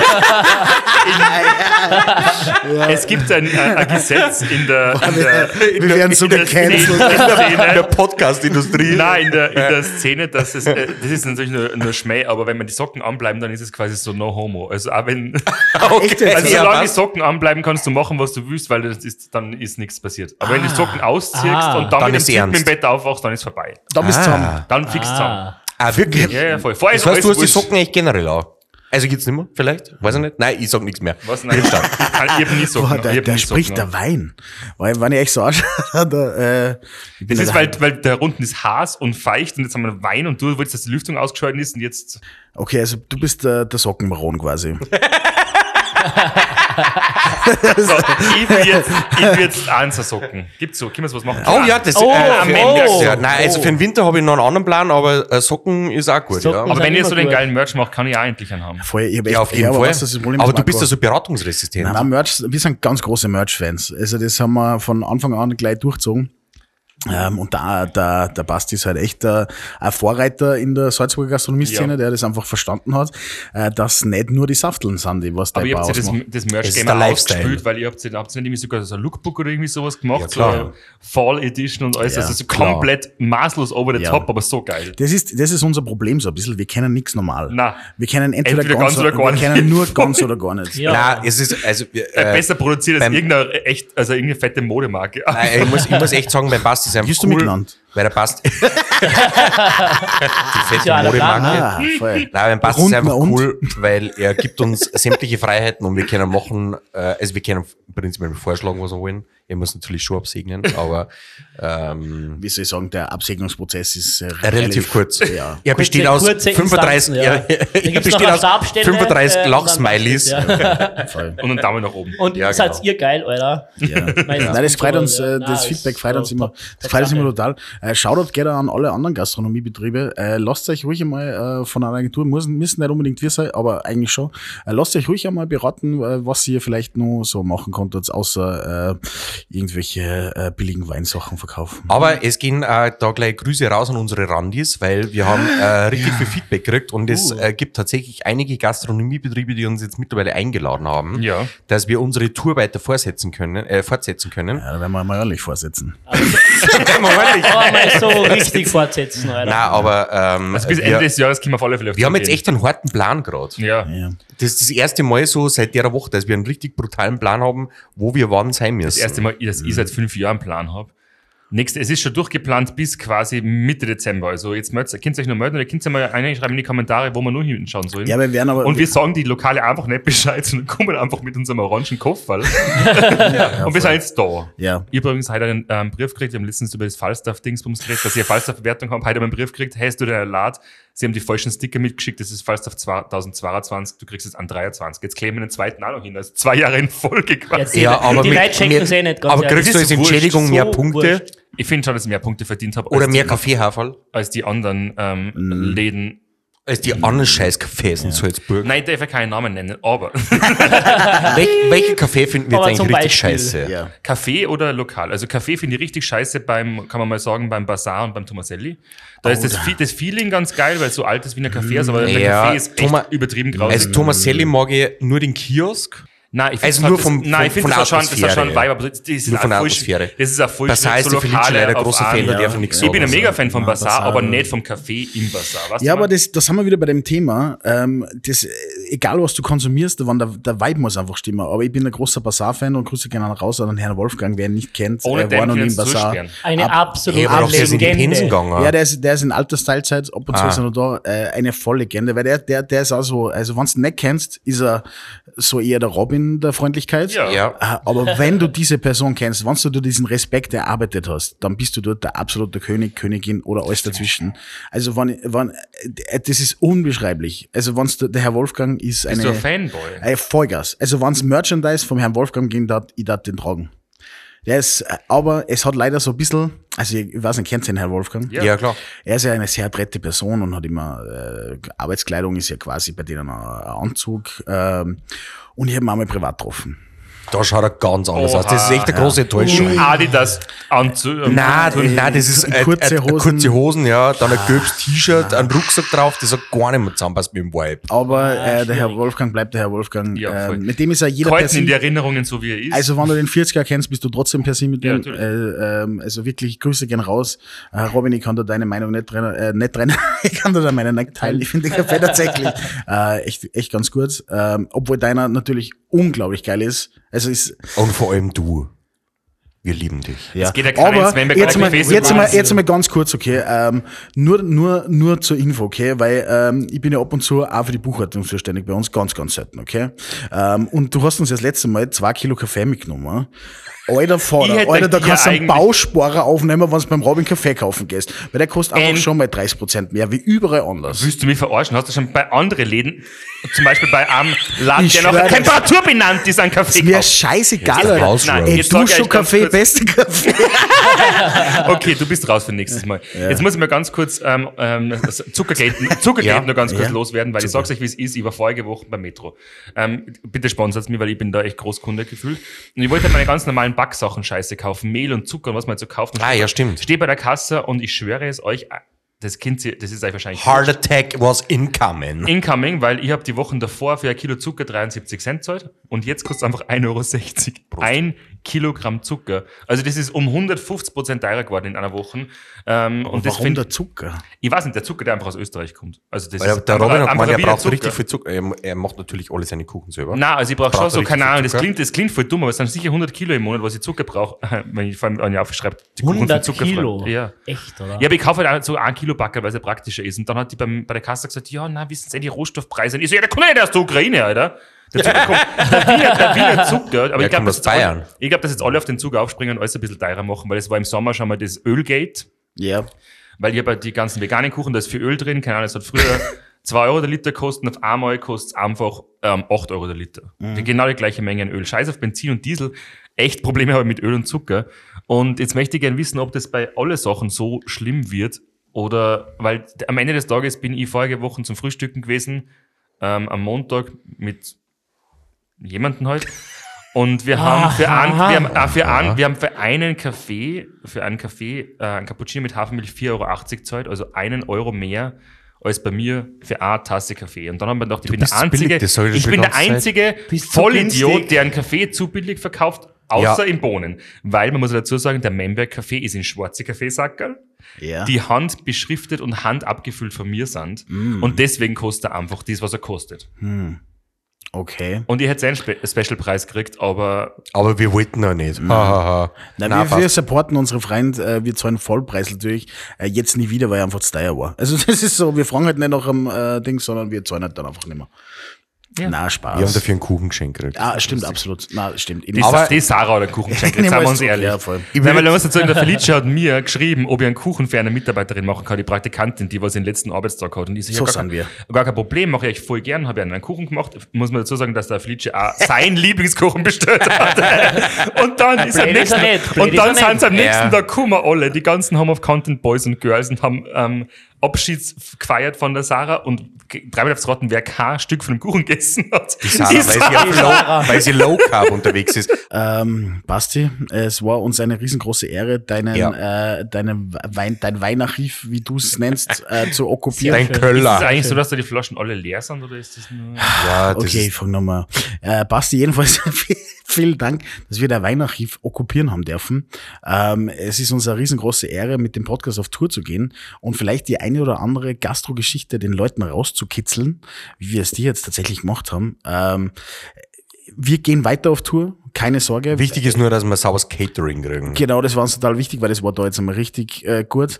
es gibt ein Gesetz in der wir werden so gecancelt. der Podcast-Industrie. Nein, in der Szene, dass das ist natürlich nur Schmäh, aber wenn man die Socken anbleiben, dann ist es quasi so no homo. Also auch wenn, Echt jetzt? also Ja, solange die was? Socken anbleiben, kannst du machen, was du willst, weil dann ist nichts passiert. Aber wenn du die Socken ausziehst und dann Dann mit dem ist Typen ernst. im Bett aufwachst, dann ist vorbei. Da bist du zusammen. Dann fix zusammen. Wirklich? Ja, voll. Vorher Das heißt, du hast die wurscht. Socken eigentlich generell an. Also gibt's nicht mehr, vielleicht? Weiß ich nicht. Nein, ich sag nichts mehr. Was? Nein, ich hab nie Socken. Boah, Ich hab der nie spricht Socken der Wein. Weil, wenn ich echt so anschaue, ich bin Das ist, halt- weil der Runden ist heiß und feucht und jetzt haben wir Wein und du wolltest, dass die Lüftung ausgeschaltet ist und jetzt. Okay, also du bist der Sockenbaron quasi. So, ich will jetzt Ansa-Socken. Gibt's so? Können wir was machen? Oh ja, das am Ende. ja, nein, also für den Winter habe ich noch einen anderen Plan, aber Socken ist auch gut. Socken Ja. Aber sind wenn ihr immer so den gut. geilen Merch macht, kann ich auch endlich einen haben. Vorher, ich hab echt, Ja, auf jeden aber Fall. weißt du, das Problem Aber ist, du bist Marco, ja so beratungsresistent. Nein, Merch, wir sind ganz große Merch-Fans. Also das haben wir von Anfang an gleich durchgezogen. Und der Basti ist halt echt ein Vorreiter in der Salzburger Gastronomie-Szene, Ja. der das einfach verstanden hat, dass nicht nur die Safteln sind, die was der Aber ihr Bau habt ja ausmacht. das Das ist Merch-Game der Lifestyle. ausgespielt, weil ihr habt nicht irgendwie sogar so ein Lookbook oder irgendwie sowas gemacht, Ja, klar. so eine Fall Edition und alles, Ja, also so klar. komplett maßlos over the Ja. top, aber so geil. Das ist unser Problem so ein bisschen. Wir kennen nichts normal. Nein. Wir kennen entweder Entweder ganz oder gar wir nicht. kennen nur ganz oder gar nicht. Ja. Nein, es ist, also, Besser produziert als beim- irgendeine fette Modemarke. nein, ich muss echt sagen, beim Basti ist einfach Wirst du cool, mitgenannt? weil der Basti, die fette Ja, der Plan, Modemarke. Ah, voll. Nein, beim Basti ist Runden einfach und? cool, weil er gibt uns sämtliche Freiheiten und wir können machen, also wir können prinzipiell vorschlagen, was wir wollen. Er muss natürlich schon absegnen, aber Wie soll ich sagen, der Absegnungsprozess ist relativ kurz. Ja. Er besteht aus kurze 35, Instanzen, ja. ja, Da er gibt's besteht noch eine aus Stabstelle, 35 und dann Lachsmileys. ja. Voll. Und einen Daumen nach oben. Und Ja, seid genau. ihr geil, Alter? Ja. Meistens Nein, das freut uns, ja. das Nein, Feedback ist freut uns so immer. top- Das top freut uns immer Sache. total. Shoutout geht an alle anderen Gastronomiebetriebe. Lasst euch ruhig einmal von einer Agentur, müssen nicht unbedingt wir sein, aber eigentlich schon. Lasst euch ruhig einmal beraten, was ihr vielleicht noch so machen konntet, außer irgendwelche billigen Weinsachen verkaufen. Aber es gehen da gleich Grüße raus an unsere Randis, weil wir haben richtig viel Feedback gekriegt und es gibt tatsächlich einige Gastronomiebetriebe, die uns jetzt mittlerweile eingeladen haben, Ja. dass wir unsere Tour weiter fortsetzen können. Ja, da werden wir mal ehrlich vorsetzen. Aber mal so richtig fortsetzen, Alter. Nein, aber Also bis Ende des Jahres können wir auf alle Fälle auf wir haben Tour jetzt gehen. echt einen harten Plan gerade. Ja. Ja. Das ist das erste Mal so seit der Woche, dass wir einen richtig brutalen Plan haben, wo wir wann sein müssen. Das erste Mal, dass ich seit 5 Jahren einen Plan habe. Es ist schon durchgeplant bis quasi Mitte Dezember. Also jetzt könnt ihr euch noch melden oder könnt ihr mal reinschreiben in die Kommentare, wo wir nur hinschauen sollen. Ja, wir werden aber. Und wir sagen die Lokale einfach nicht Bescheid, sondern kommen einfach mit unserem orangen Kopfball. Und wir sind jetzt da. Ja. Ich habe übrigens heute einen Brief gekriegt, wir haben letztens über das Falstaff-Dingsbums geredet, dass ich eine Falstaff-Bewertung habe. Heute habe ich einen Brief gekriegt, hast du den Erlad? Sie haben die falschen Sticker mitgeschickt, das ist Falstaff 2022, du kriegst jetzt an 23. Jetzt kleben wir den zweiten auch noch hin, also 2 Jahre in Folge quasi. Die Leute checken es eh nicht ganz aber ehrlich. kriegst du Das als ist wurscht, Entschädigung so mehr Punkte wurscht. Ich finde schon, dass ich mehr Punkte verdient habe oder als mehr die- Kaffeehaferl? als die anderen Läden Als die anderen Scheiß-Cafés in Salzburg. Nein, ich darf ja keinen Namen nennen, aber Welchen Kaffee finden wir Aber jetzt zum eigentlich richtig Beispiel. scheiße? Ja. Kaffee oder lokal? Also Kaffee finde ich richtig scheiße kann man mal sagen, beim Bazaar und beim Tomaselli. Da ist das Feeling ganz geil, weil es so altes Wiener Kaffee ist, aber der Ja, Kaffee ist echt übertrieben grausig. Also Tomaselli mag ich nur den Kiosk. Nein, ich Also finde nur das von hat schon Atmosphäre. Vibe, aber das ist Nur von auch der voll, Atmosphäre. das ist auch voll Bazaar ist so der Felice leider auf großer Art. Fan, da darf ich nichts Ich bin ein sagen. mega Fan vom Bazaar, Bazaar. aber nicht vom Kaffee im Bazaar. Weißt Ja, du, aber das sind wir wieder bei dem Thema. Egal, was du konsumierst, der Vibe muss einfach stimmen. Aber ich bin ein großer Bazaar-Fan und grüße gerne raus an den Herrn Wolfgang, wer ihn nicht kennt. ohne war noch nie den im Bazaar. zusperren. Eine absolute Hey, aber doch, der ist in die Pensen Legende. gegangen. Ja, der ist in Altersteilzeit, ab und zu ist er noch da, eine Volllegende, weil der ist auch so, also wenn du ihn nicht kennst, ist er so eher der Robin der Freundlichkeit. Ja. Aber wenn du diese Person kennst, wenn du diesen Respekt erarbeitet hast, dann bist du dort der absolute König, Königin oder alles dazwischen. Also das ist unbeschreiblich. Also der Herr Wolfgang ist Bist du ein Fanboy? Vollgas. Also wenn es Merchandise vom Herrn Wolfgang gehen darf, ich darf den tragen. Der ist, aber es hat leider so ein bisschen, also ich weiß nicht, kennt ihr den Herrn Wolfgang? Ja, klar. Er ist ja eine sehr adrette Person und hat immer, Arbeitskleidung ist ja quasi bei denen ein Anzug, und ich habe ihn einmal privat getroffen. Da schaut er ganz anders Oha. aus. Das ist echt eine große Enttäuschung. Adidas Anzug. Nein, das ist Kurze Hosen. kurze Hosen, ja, dann ein gelbes T-Shirt, ein Rucksack drauf, das hat gar nicht mehr zusammenpasst mit dem Vibe. Aber der Herr Wolfgang bleibt der Herr Wolfgang. Ja, voll. Mit dem ist er jeder per Halten in die se. Erinnerungen so, wie er ist. Also wenn du den 40er kennst, bist du trotzdem per se mit Ja, dem. Also wirklich, Grüße gehen raus. Robin, ich kann da deine Meinung nicht trennen. Ich kann da deine Meinung nicht teilen. Ich finde den Kaffee tatsächlich echt ganz gut. Obwohl deiner natürlich unglaublich geil ist. Also ist Und vor allem du. Wir lieben dich. ja. geht ja keiner Aber ins Member jetzt Kaffee mal ganz kurz, okay. Nur zur Info, okay, weil ich bin ja ab und zu auch für die Buchhaltung zuständig bei uns, ganz selten, okay. Und du hast uns das letzte Mal 2 Kilo Kaffee mitgenommen. Alter Vater, Ich hätte Alter, da dir kannst du einen eigentlich- Bausparer aufnehmen, wenn du beim Robin Kaffee kaufen gehst. Weil der kostet einfach schon mal 30% mehr, wie überall anders. Willst du mich verarschen? Hast du schon bei anderen Läden, zum Beispiel bei einem Laden, Ich der nach schwör, das- Temperatur benannt ist, einen Kaffee Ist mir kauft? scheißegal, Jetzt Alter. raus, Nein, Bro. jetzt sag ich Duscho euch ganz Kaffee, kurz- beste Kaffee. Okay, du bist raus für nächstes Mal. Jetzt muss ich mal ganz kurz Zuckergate Ja. nur ganz kurz Ja. loswerden, weil ich sag's euch, wie es ist. Ich war vorige Woche beim Metro. Bitte sponsert mich, weil ich bin da echt Großkunde gefühlt. Und ich wollte halt meine ganz normalen Backsachen scheiße kaufen, Mehl und Zucker und was man halt so kauft. Und Ah, ja, stimmt. Stehe bei der Kasse und ich schwöre es euch, das ist euch wahrscheinlich Heart Attack was incoming. incoming, weil ich habe die Wochen davor für ein Kilo Zucker 73 Cent zahlt und jetzt kostet es einfach 1,60 €. 1 Kilogramm Zucker. Also das ist um 150% teurer geworden in einer Woche. Und das Warum der Zucker? ich weiß nicht, der Zucker, der einfach aus Österreich kommt. Also das Weil ist der Robin hat einfach gemeint, er ein braucht so Zucker. richtig viel Zucker. Er macht natürlich alle seine Kuchen selber. Nein, also ich brauche schon Braucht er so, richtig keine viel Ahnung, Zucker? das klingt voll dumm, aber es sind sicher 100 Kilo im Monat, was ich Zucker brauche, wenn ich vor allem an aufschreibe, die Kuchen 100 für Zucker. Kilo. Ja. Echt, oder? Ja, aber ich kaufe halt auch so 1 Kilo Backer, weil es ja praktischer ist. Und dann hat die bei der Kasse gesagt, ja, na, wissen Sie, die Rohstoffpreise. Und ich so, ja, der kommt ja nicht aus der Ukraine, Alter. Der Zucker kommt, der Wiener Zucker, aber Der ich glaube, kommt aus Bayern. dass jetzt alle auf den Zug aufspringen und alles ein bisschen teurer machen, weil es war im Sommer schon mal das Ölgate, Ja. weil ich habe halt die ganzen veganen Kuchen, da ist viel Öl drin, keine Ahnung, es hat früher 2 € der Liter kosten, auf einmal kostet es einfach 8 € der Liter. Genau die gleiche Menge an Öl. Scheiß auf Benzin und Diesel, echt Probleme habe ich mit Öl und Zucker. Und jetzt möchte ich gerne wissen, ob das bei alle Sachen so schlimm wird oder, weil am Ende des Tages bin ich vorige Woche zum Frühstücken gewesen, am Montag mit jemanden halt. Und wir haben für einen Kaffee, ein Cappuccino mit Hafermilch 4,80 € gezahlt, also 1 € mehr als bei mir für eine Tasse Kaffee. Und dann haben wir gedacht, ich bin der bist einzige, billig, das sag ich ich schon bin die der ganze Zeit. einzige Bist du Vollidiot, günstig? der einen Kaffee zu billig verkauft, außer Ja. in Bohnen. Weil, man muss dazu sagen, der Memberg-Kaffee ist in schwarze Kaffeesackerl, Ja. die Hand beschriftet und Hand abgefüllt von mir sind. Und deswegen kostet er einfach das, was er kostet. Okay. Und ich hätte einen Special-Preis gekriegt, aber Aber wir wollten noch nicht. Ha, ha, ha. Nein, Na, wir passt. supporten unsere Freunde, wir zahlen Vollpreis natürlich, jetzt nie wieder, weil er einfach zu teuer war. Also das ist so, wir fragen halt nicht nach dem Ding, sondern wir zahlen halt dann einfach nicht mehr. Ja. Na, Spaß. Wir haben dafür einen Kuchen geschenkt gekriegt. Ah, stimmt, absolut. Na, stimmt. die Sarah oder Kuchen geschenkt, jetzt sagen wir uns ehrlich. Ja, voll. Nein, weil ich muss dazu sagen, der Felice hat mir geschrieben, ob ich einen Kuchen für eine Mitarbeiterin machen kann, die Praktikantin, die was den letzten Arbeitstag hat. Und ich So gar sind wir. Gar kein Problem, mache ich echt voll gern, habe ich einen Kuchen gemacht. Muss man dazu sagen, dass der Felice auch sein Lieblingskuchen bestellt hat. Und dann ist am blöd ist er nächsten, nicht, blöd und ist dann er sind nicht. sie am nächsten Ja. Tag gekommen alle, die ganzen Home of Content Boys und Girls und haben Abschieds gefeiert von der Sarah und dreimal aufs Raten, wer kein Stück von dem Kuchen gegessen hat. Die Sarah, weil sie Low Carb unterwegs ist. Basti, es war uns eine riesengroße Ehre, dein Weinarchiv, wie du es nennst, zu okkupieren. Dein Ist es Köller. eigentlich so, dass da die Flaschen alle leer sind oder ist das nur... Ja, das Okay, ist, fang nochmal. Basti, jedenfalls vielen Dank, dass wir dein Weinarchiv okkupieren haben dürfen. Es ist uns eine riesengroße Ehre, mit dem Podcast auf Tour zu gehen und vielleicht die eine oder andere Gastro-Geschichte den Leuten rauszukitzeln, wie wir es dir jetzt tatsächlich gemacht haben. Wir gehen weiter auf Tour, keine Sorge. wichtig ist nur, dass wir sauberes Catering kriegen. Genau, das war uns total wichtig, weil das war da jetzt einmal richtig gut.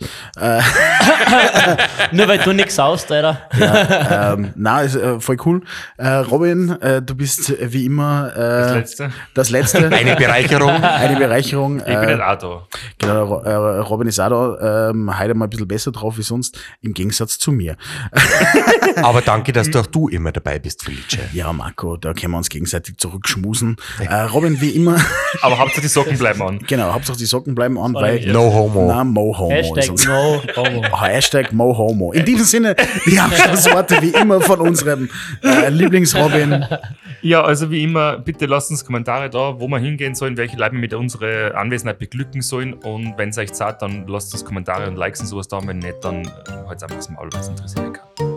Nur weil du nichts saust, Alter. Na, ist voll cool. Robin, du bist wie immer Das Letzte. das Letzte. Eine Bereicherung. Eine Bereicherung. Ich bin nicht auch da. Genau, Robin ist auch da, heute mal ein bisschen besser drauf wie sonst, im Gegensatz zu mir. Aber danke, dass auch du immer dabei bist, Felice. Ja, Marco, da können wir uns gegenseitig zurückschmusen. Robin, wie immer, Aber Hauptsache die Socken bleiben an. genau, Hauptsache die Socken bleiben an, weil No homo. na, Mo Homo ist Hashtag uns. no homo. Hashtag Mo Homo. In diesem Sinne, die Abschlussworte wie immer von unserem Lieblings-Robin. Ja, also wie immer, bitte lasst uns Kommentare da, wo wir hingehen sollen, welche Leute wir mit unserer Anwesenheit beglücken sollen. Und wenn es euch zahlt, dann lasst uns Kommentare und Likes und sowas da. Und wenn nicht, dann halt einfach das Maul, was interessiert kann.